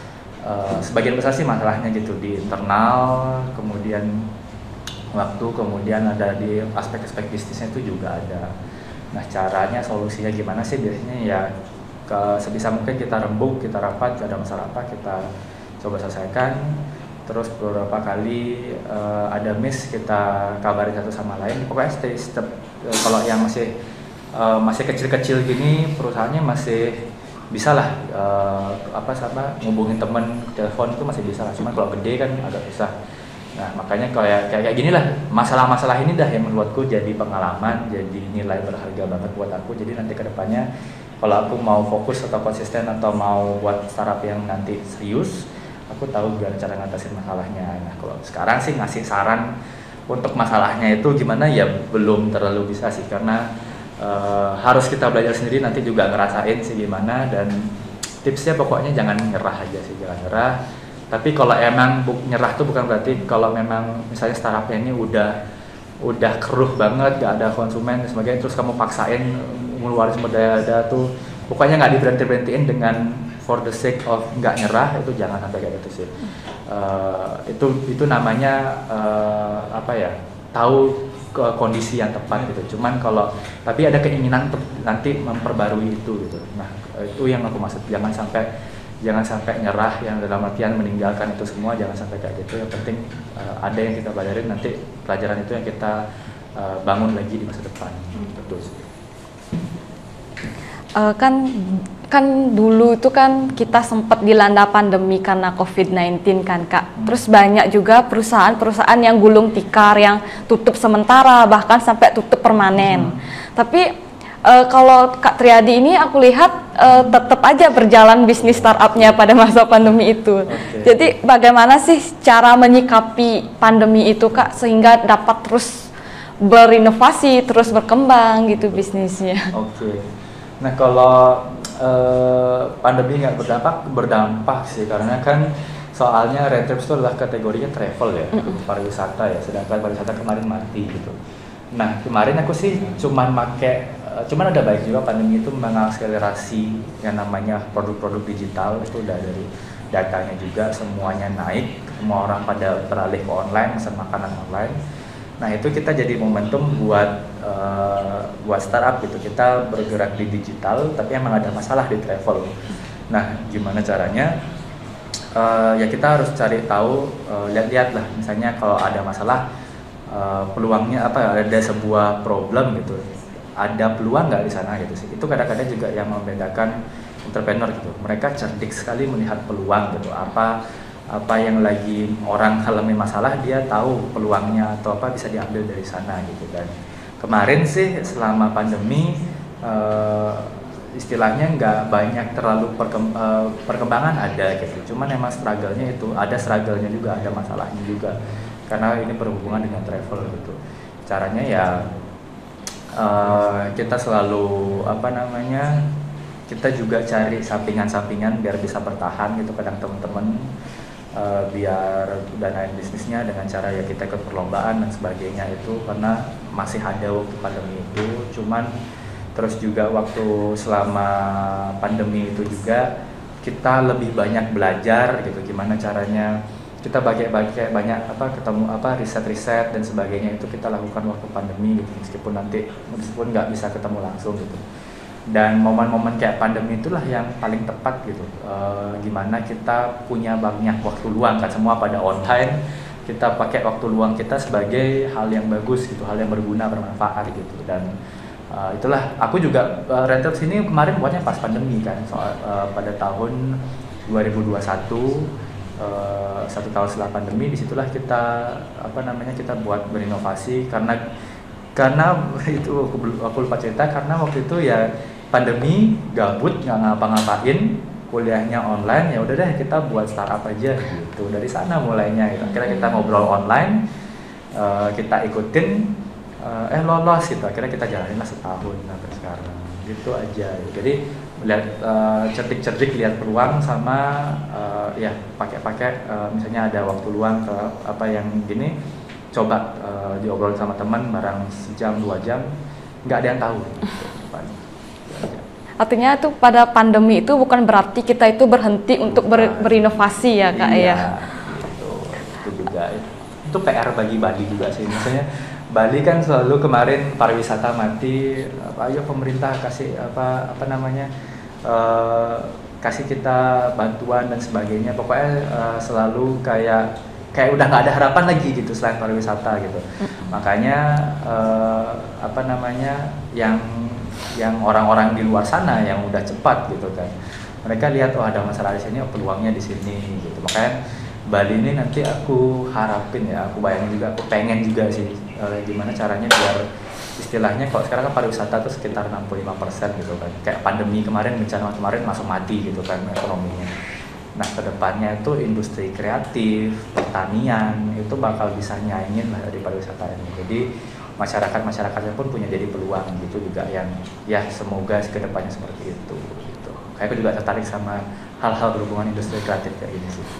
uh, sebagian besar sih masalahnya gitu di internal, kemudian waktu, kemudian ada di aspek-aspek bisnisnya itu juga ada. Nah caranya, solusinya gimana sih biasanya ya ke, sebisa mungkin kita rembuk, kita rapat, ada masalah apa kita coba selesaikan. Terus beberapa kali uh, ada miss, kita kabarin satu sama lain. Pokoknya stay step. Uh, kalau yang masih uh, masih kecil-kecil gini perusahaannya masih bisa lah uh, apa sama ngubungin temen telepon itu masih bisa lah. Cuman kalau gede kan agak susah. Nah makanya kayak kayak gini lah, masalah-masalah ini dah yang menurutku jadi pengalaman, jadi nilai berharga banget buat aku. Jadi nanti kedepannya kalau aku mau fokus atau konsisten atau mau buat startup yang nanti serius, aku tahu gimana cara ngatasin masalahnya. Nah kalau sekarang sih ngasih saran untuk masalahnya itu gimana ya belum terlalu bisa sih, karena uh, harus kita belajar sendiri, nanti juga ngerasain sih gimana. Dan tipsnya pokoknya jangan nyerah aja sih, jangan nyerah. Tapi kalau emang bu, nyerah tuh bukan berarti kalau memang misalnya startupnya ini udah udah keruh banget, gak ada konsumen dan sebagainya, terus kamu paksain ngeluarin sumber daya ada tuh, pokoknya nggak diberhenti-berhentiin dengan for the sake of nggak nyerah, itu jangan sampai kayak gitu sih. Uh, itu itu namanya uh, apa ya, tahu ke kondisi yang tepat gitu. Cuman kalau tapi ada keinginan untuk nanti memperbarui itu gitu. Nah itu yang aku maksud, jangan sampai jangan sampai nyerah, yang dalam artian meninggalkan itu semua, jangan sampai kayak gitu. Yang penting uh, ada yang kita pelajarin, nanti pelajaran itu yang kita uh, bangun lagi di masa depan. Betul sih.
Uh, kan kan dulu itu kan kita sempat dilanda pandemi karena covid sembilan belas kan Kak. Hmm. Terus banyak juga perusahaan-perusahaan yang gulung tikar, yang tutup sementara bahkan sampai tutup permanen. Hmm. Tapi uh, kalau Kak Triadi ini aku lihat uh, tetap aja berjalan bisnis startupnya pada masa pandemi itu.
Okay.
Jadi bagaimana sih cara menyikapi pandemi itu Kak sehingga dapat terus berinovasi, terus berkembang gitu bisnisnya?
Oke. Okay. Nah kalau uh, pandemi nggak berdampak, berdampak sih karena kan soalnya Rentrips itu adalah kategorinya travel ya, mm-hmm. pariwisata ya, sedangkan pariwisata kemarin mati gitu. Nah kemarin aku sih cuman make, cuman ada baik juga pandemi itu mengakselerasi yang namanya produk-produk digital, itu udah dari datanya juga semuanya naik, semua orang pada beralih ke online, pesan makanan online. Nah itu kita jadi momentum buat uh, buat startup gitu, kita bergerak di digital tapi emang ada masalah di travel. Nah gimana caranya? Uh, ya kita harus cari tahu, uh, lihat-lihat lah misalnya kalau ada masalah, uh, peluangnya apa, ada sebuah problem gitu, ada peluang nggak di sana gitu sih. Itu kadang-kadang juga yang membedakan entrepreneur gitu, mereka cerdik sekali melihat peluang gitu, apa apa yang lagi orang alami masalah dia tahu peluangnya atau apa bisa diambil dari sana gitu. Dan kemarin sih selama pandemi uh, istilahnya nggak banyak terlalu perkem, uh, perkembangan ada gitu, cuman emang struggle-nya itu ada, struggle-nya juga ada, masalahnya juga karena ini berhubungan dengan travel gitu. Caranya ya uh, kita selalu apa namanya kita juga cari sampingan-sampingan biar bisa bertahan gitu, kadang teman-teman uh, biar danain bisnisnya dengan cara ya kita ikut perlombaan dan sebagainya itu karena masih ada waktu pandemi itu. Cuman terus juga waktu selama pandemi itu juga kita lebih banyak belajar gitu, gimana caranya kita pakai-pakai banyak apa ketemu apa riset-riset dan sebagainya itu kita lakukan waktu pandemi gitu, meskipun nanti meskipun nggak bisa ketemu langsung gitu. Dan momen-momen kayak pandemi itulah yang paling tepat gitu, e, gimana kita punya banyak waktu luang kan, semua pada online, kita pakai waktu luang kita sebagai hal yang bagus gitu, hal yang berguna, bermanfaat gitu. Dan Uh, itulah aku juga uh, Rentrips ini kemarin buatnya pas pandemi kan, soal uh, pada tahun dua ribu dua puluh satu, uh, satu tahun setelah pandemi, disitulah kita apa namanya kita buat berinovasi karena karena itu aku, aku lupa cerita karena waktu itu ya pandemi gabut nggak ngapa-ngapain, kuliahnya online, ya udah deh kita buat startup aja gitu. Dari sana mulainya gitu. Akhirnya kita ngobrol online, uh, kita ikutin. Uh, eh lolos gitu, akhirnya kita jalanin lah setahun sampai sekarang gitu aja. Jadi lihat uh, cerdik-cerdik lihat peluang sama uh, ya pakai-pakai uh, misalnya ada waktu luang ke apa yang gini, coba uh, diobrol sama teman barang sejam dua jam, nggak ada yang tahu gitu.
Artinya itu pada pandemi itu bukan berarti kita itu berhenti bukan. Untuk ber, berinovasi ya Kak
iya,
ya.
Gitu. Itu juga itu P R bagi Bali juga sih, misalnya Bali kan selalu kemarin pariwisata mati, apa ayo pemerintah kasih apa apa namanya uh, kasih kita bantuan dan sebagainya, pokoknya uh, selalu kayak kayak udah nggak ada harapan lagi gitu selain pariwisata gitu. Makanya uh, apa namanya yang yang orang-orang di luar sana yang udah cepat gitu kan, mereka lihat oh ada masalah di sini, oh, peluangnya di sini gitu. Makanya Bali ini nanti aku harapin ya, aku bayangin juga, aku pengen juga sih e, gimana caranya biar istilahnya kalau sekarang kan pariwisata tuh sekitar enam puluh lima persen gitu kan, kayak pandemi kemarin, bencana kemarin masuk mati gitu kan ekonominya. Nah kedepannya itu industri kreatif, pertanian itu bakal bisa nyaingin lah dari pariwisata ini. Jadi masyarakat-masyarakatnya pun punya jadi peluang gitu juga yang ya semoga kedepannya seperti itu gitu. Kayak aku juga tertarik sama hal-hal berhubungan industri kreatif kayak gini sih.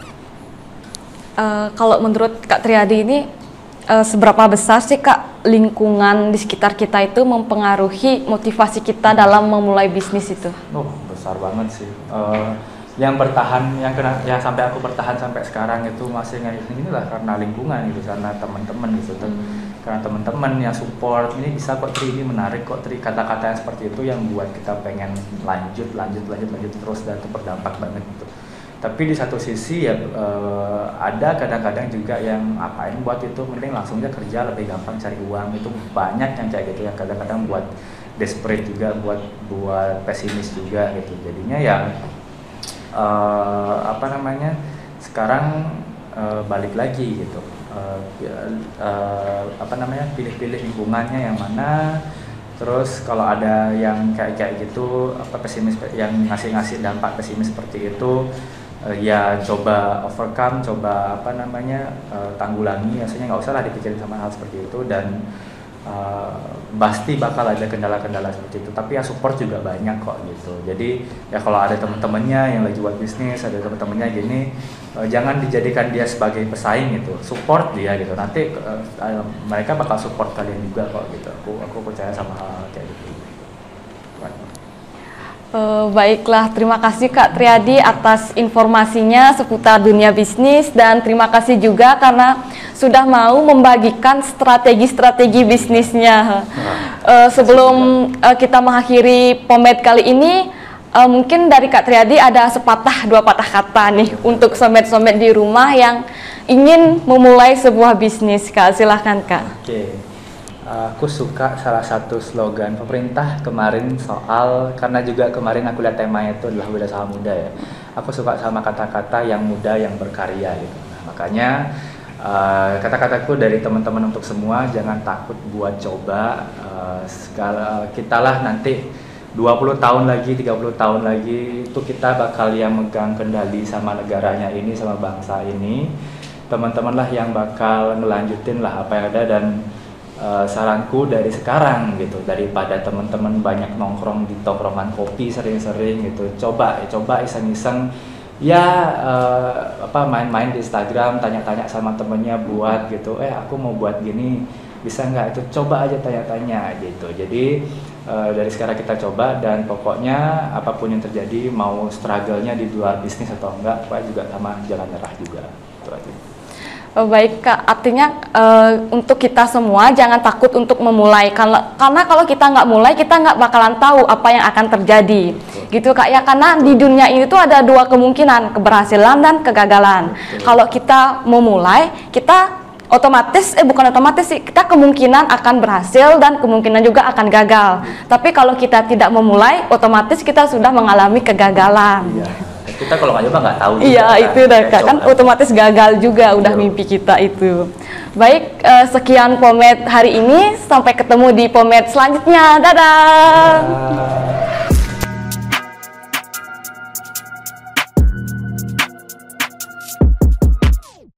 Uh, kalau menurut Kak Triadi ini uh, seberapa besar sih Kak lingkungan di sekitar kita itu mempengaruhi motivasi kita dalam memulai bisnis itu?
Oh besar banget sih. Uh, yang bertahan, yang kena, yang sampai aku bertahan sampai sekarang itu masih kayak gini lah karena lingkungan gitu, karena teman-teman gitu, hmm. karena teman-teman yang support ini bisa kok Tri, ini menarik kok Tri, kata-kata yang seperti itu yang buat kita pengen lanjut, lanjut, lanjut, lanjut terus dan itu berdampak banget gitu. Tapi di satu sisi ya uh, ada kadang-kadang juga yang apain buat itu, mending langsung aja kerja lebih gampang cari uang, itu banyak yang kayak gitu yang kadang-kadang buat desperate juga, buat buat pesimis juga gitu. Jadinya ya uh, apa namanya sekarang uh, balik lagi gitu, uh, uh, apa namanya pilih-pilih lingkungannya yang mana Terus kalau ada yang kayak kayak gitu apa pesimis yang ngasih-ngasih dampak pesimis seperti itu, uh, ya coba overcome, coba apa namanya uh, tanggulangi. Maksudnya nggak usah lah dipikirin sama hal seperti itu, dan uh, pasti bakal ada kendala-kendala seperti itu. Tapi ya support juga banyak kok gitu. Jadi ya kalau ada teman-temannya yang lagi buat bisnis, ada teman-temannya gini, uh, jangan dijadikan dia sebagai pesaing gitu. Support dia gitu. Nanti uh, uh, mereka bakal support kalian juga kok gitu. Aku aku percaya sama hal kayak gitu.
Uh, baiklah, terima kasih Kak Triadi atas informasinya seputar dunia bisnis, dan terima kasih juga karena sudah mau membagikan strategi-strategi bisnisnya. Uh, sebelum uh, kita mengakhiri Pomed kali ini, uh, mungkin dari Kak Triadi ada sepatah dua patah kata nih untuk somet-somet di rumah yang ingin memulai sebuah bisnis, Kak. Silahkan Kak.
Oke. Okay. Aku suka salah satu slogan pemerintah kemarin soal, karena juga kemarin aku lihat temanya itu adalah Wira Usaha Muda ya. Aku suka sama kata-kata yang muda yang berkarya gitu. Nah, makanya uh, kata-kataku dari teman-teman untuk semua, jangan takut buat coba. Uh, segala kita lah nanti dua puluh tahun lagi, tiga puluh tahun lagi itu kita bakal yang megang kendali sama negaranya ini, sama bangsa ini. Teman-teman lah yang bakal ngelanjutin lah apa yang ada, dan Uh, saranku dari sekarang gitu, daripada teman-teman banyak nongkrong di tongkrongan kopi sering-sering gitu, coba coba iseng-iseng ya uh, apa main-main di Instagram, tanya-tanya sama temennya buat gitu, eh aku mau buat gini bisa nggak, itu coba aja tanya-tanya gitu. Jadi uh, dari sekarang kita coba, dan pokoknya apapun yang terjadi, mau struggle-nya di luar bisnis atau enggak, pokoknya juga sama jangan nyerah juga itu aja.
Oh, baik Kak, artinya uh, untuk kita semua jangan takut untuk memulai, karena, karena kalau kita nggak mulai kita nggak bakalan tahu apa yang akan terjadi. Betul. Gitu Kak ya, karena di dunia ini tuh ada dua kemungkinan, keberhasilan dan kegagalan. Betul. Kalau kita memulai, kita otomatis, eh bukan otomatis sih, kita kemungkinan akan berhasil dan kemungkinan juga akan gagal. Tapi kalau kita tidak memulai, otomatis kita sudah mengalami kegagalan.
Iya. Kita kalau nggak coba nggak tahu.
Iya
kan?
itu dah Kak, kan otomatis gagal juga udah
Yo.
Mimpi kita itu. Baik, uh, sekian Pomed hari ini, sampai ketemu di Pomed selanjutnya. Dadah.
Ya.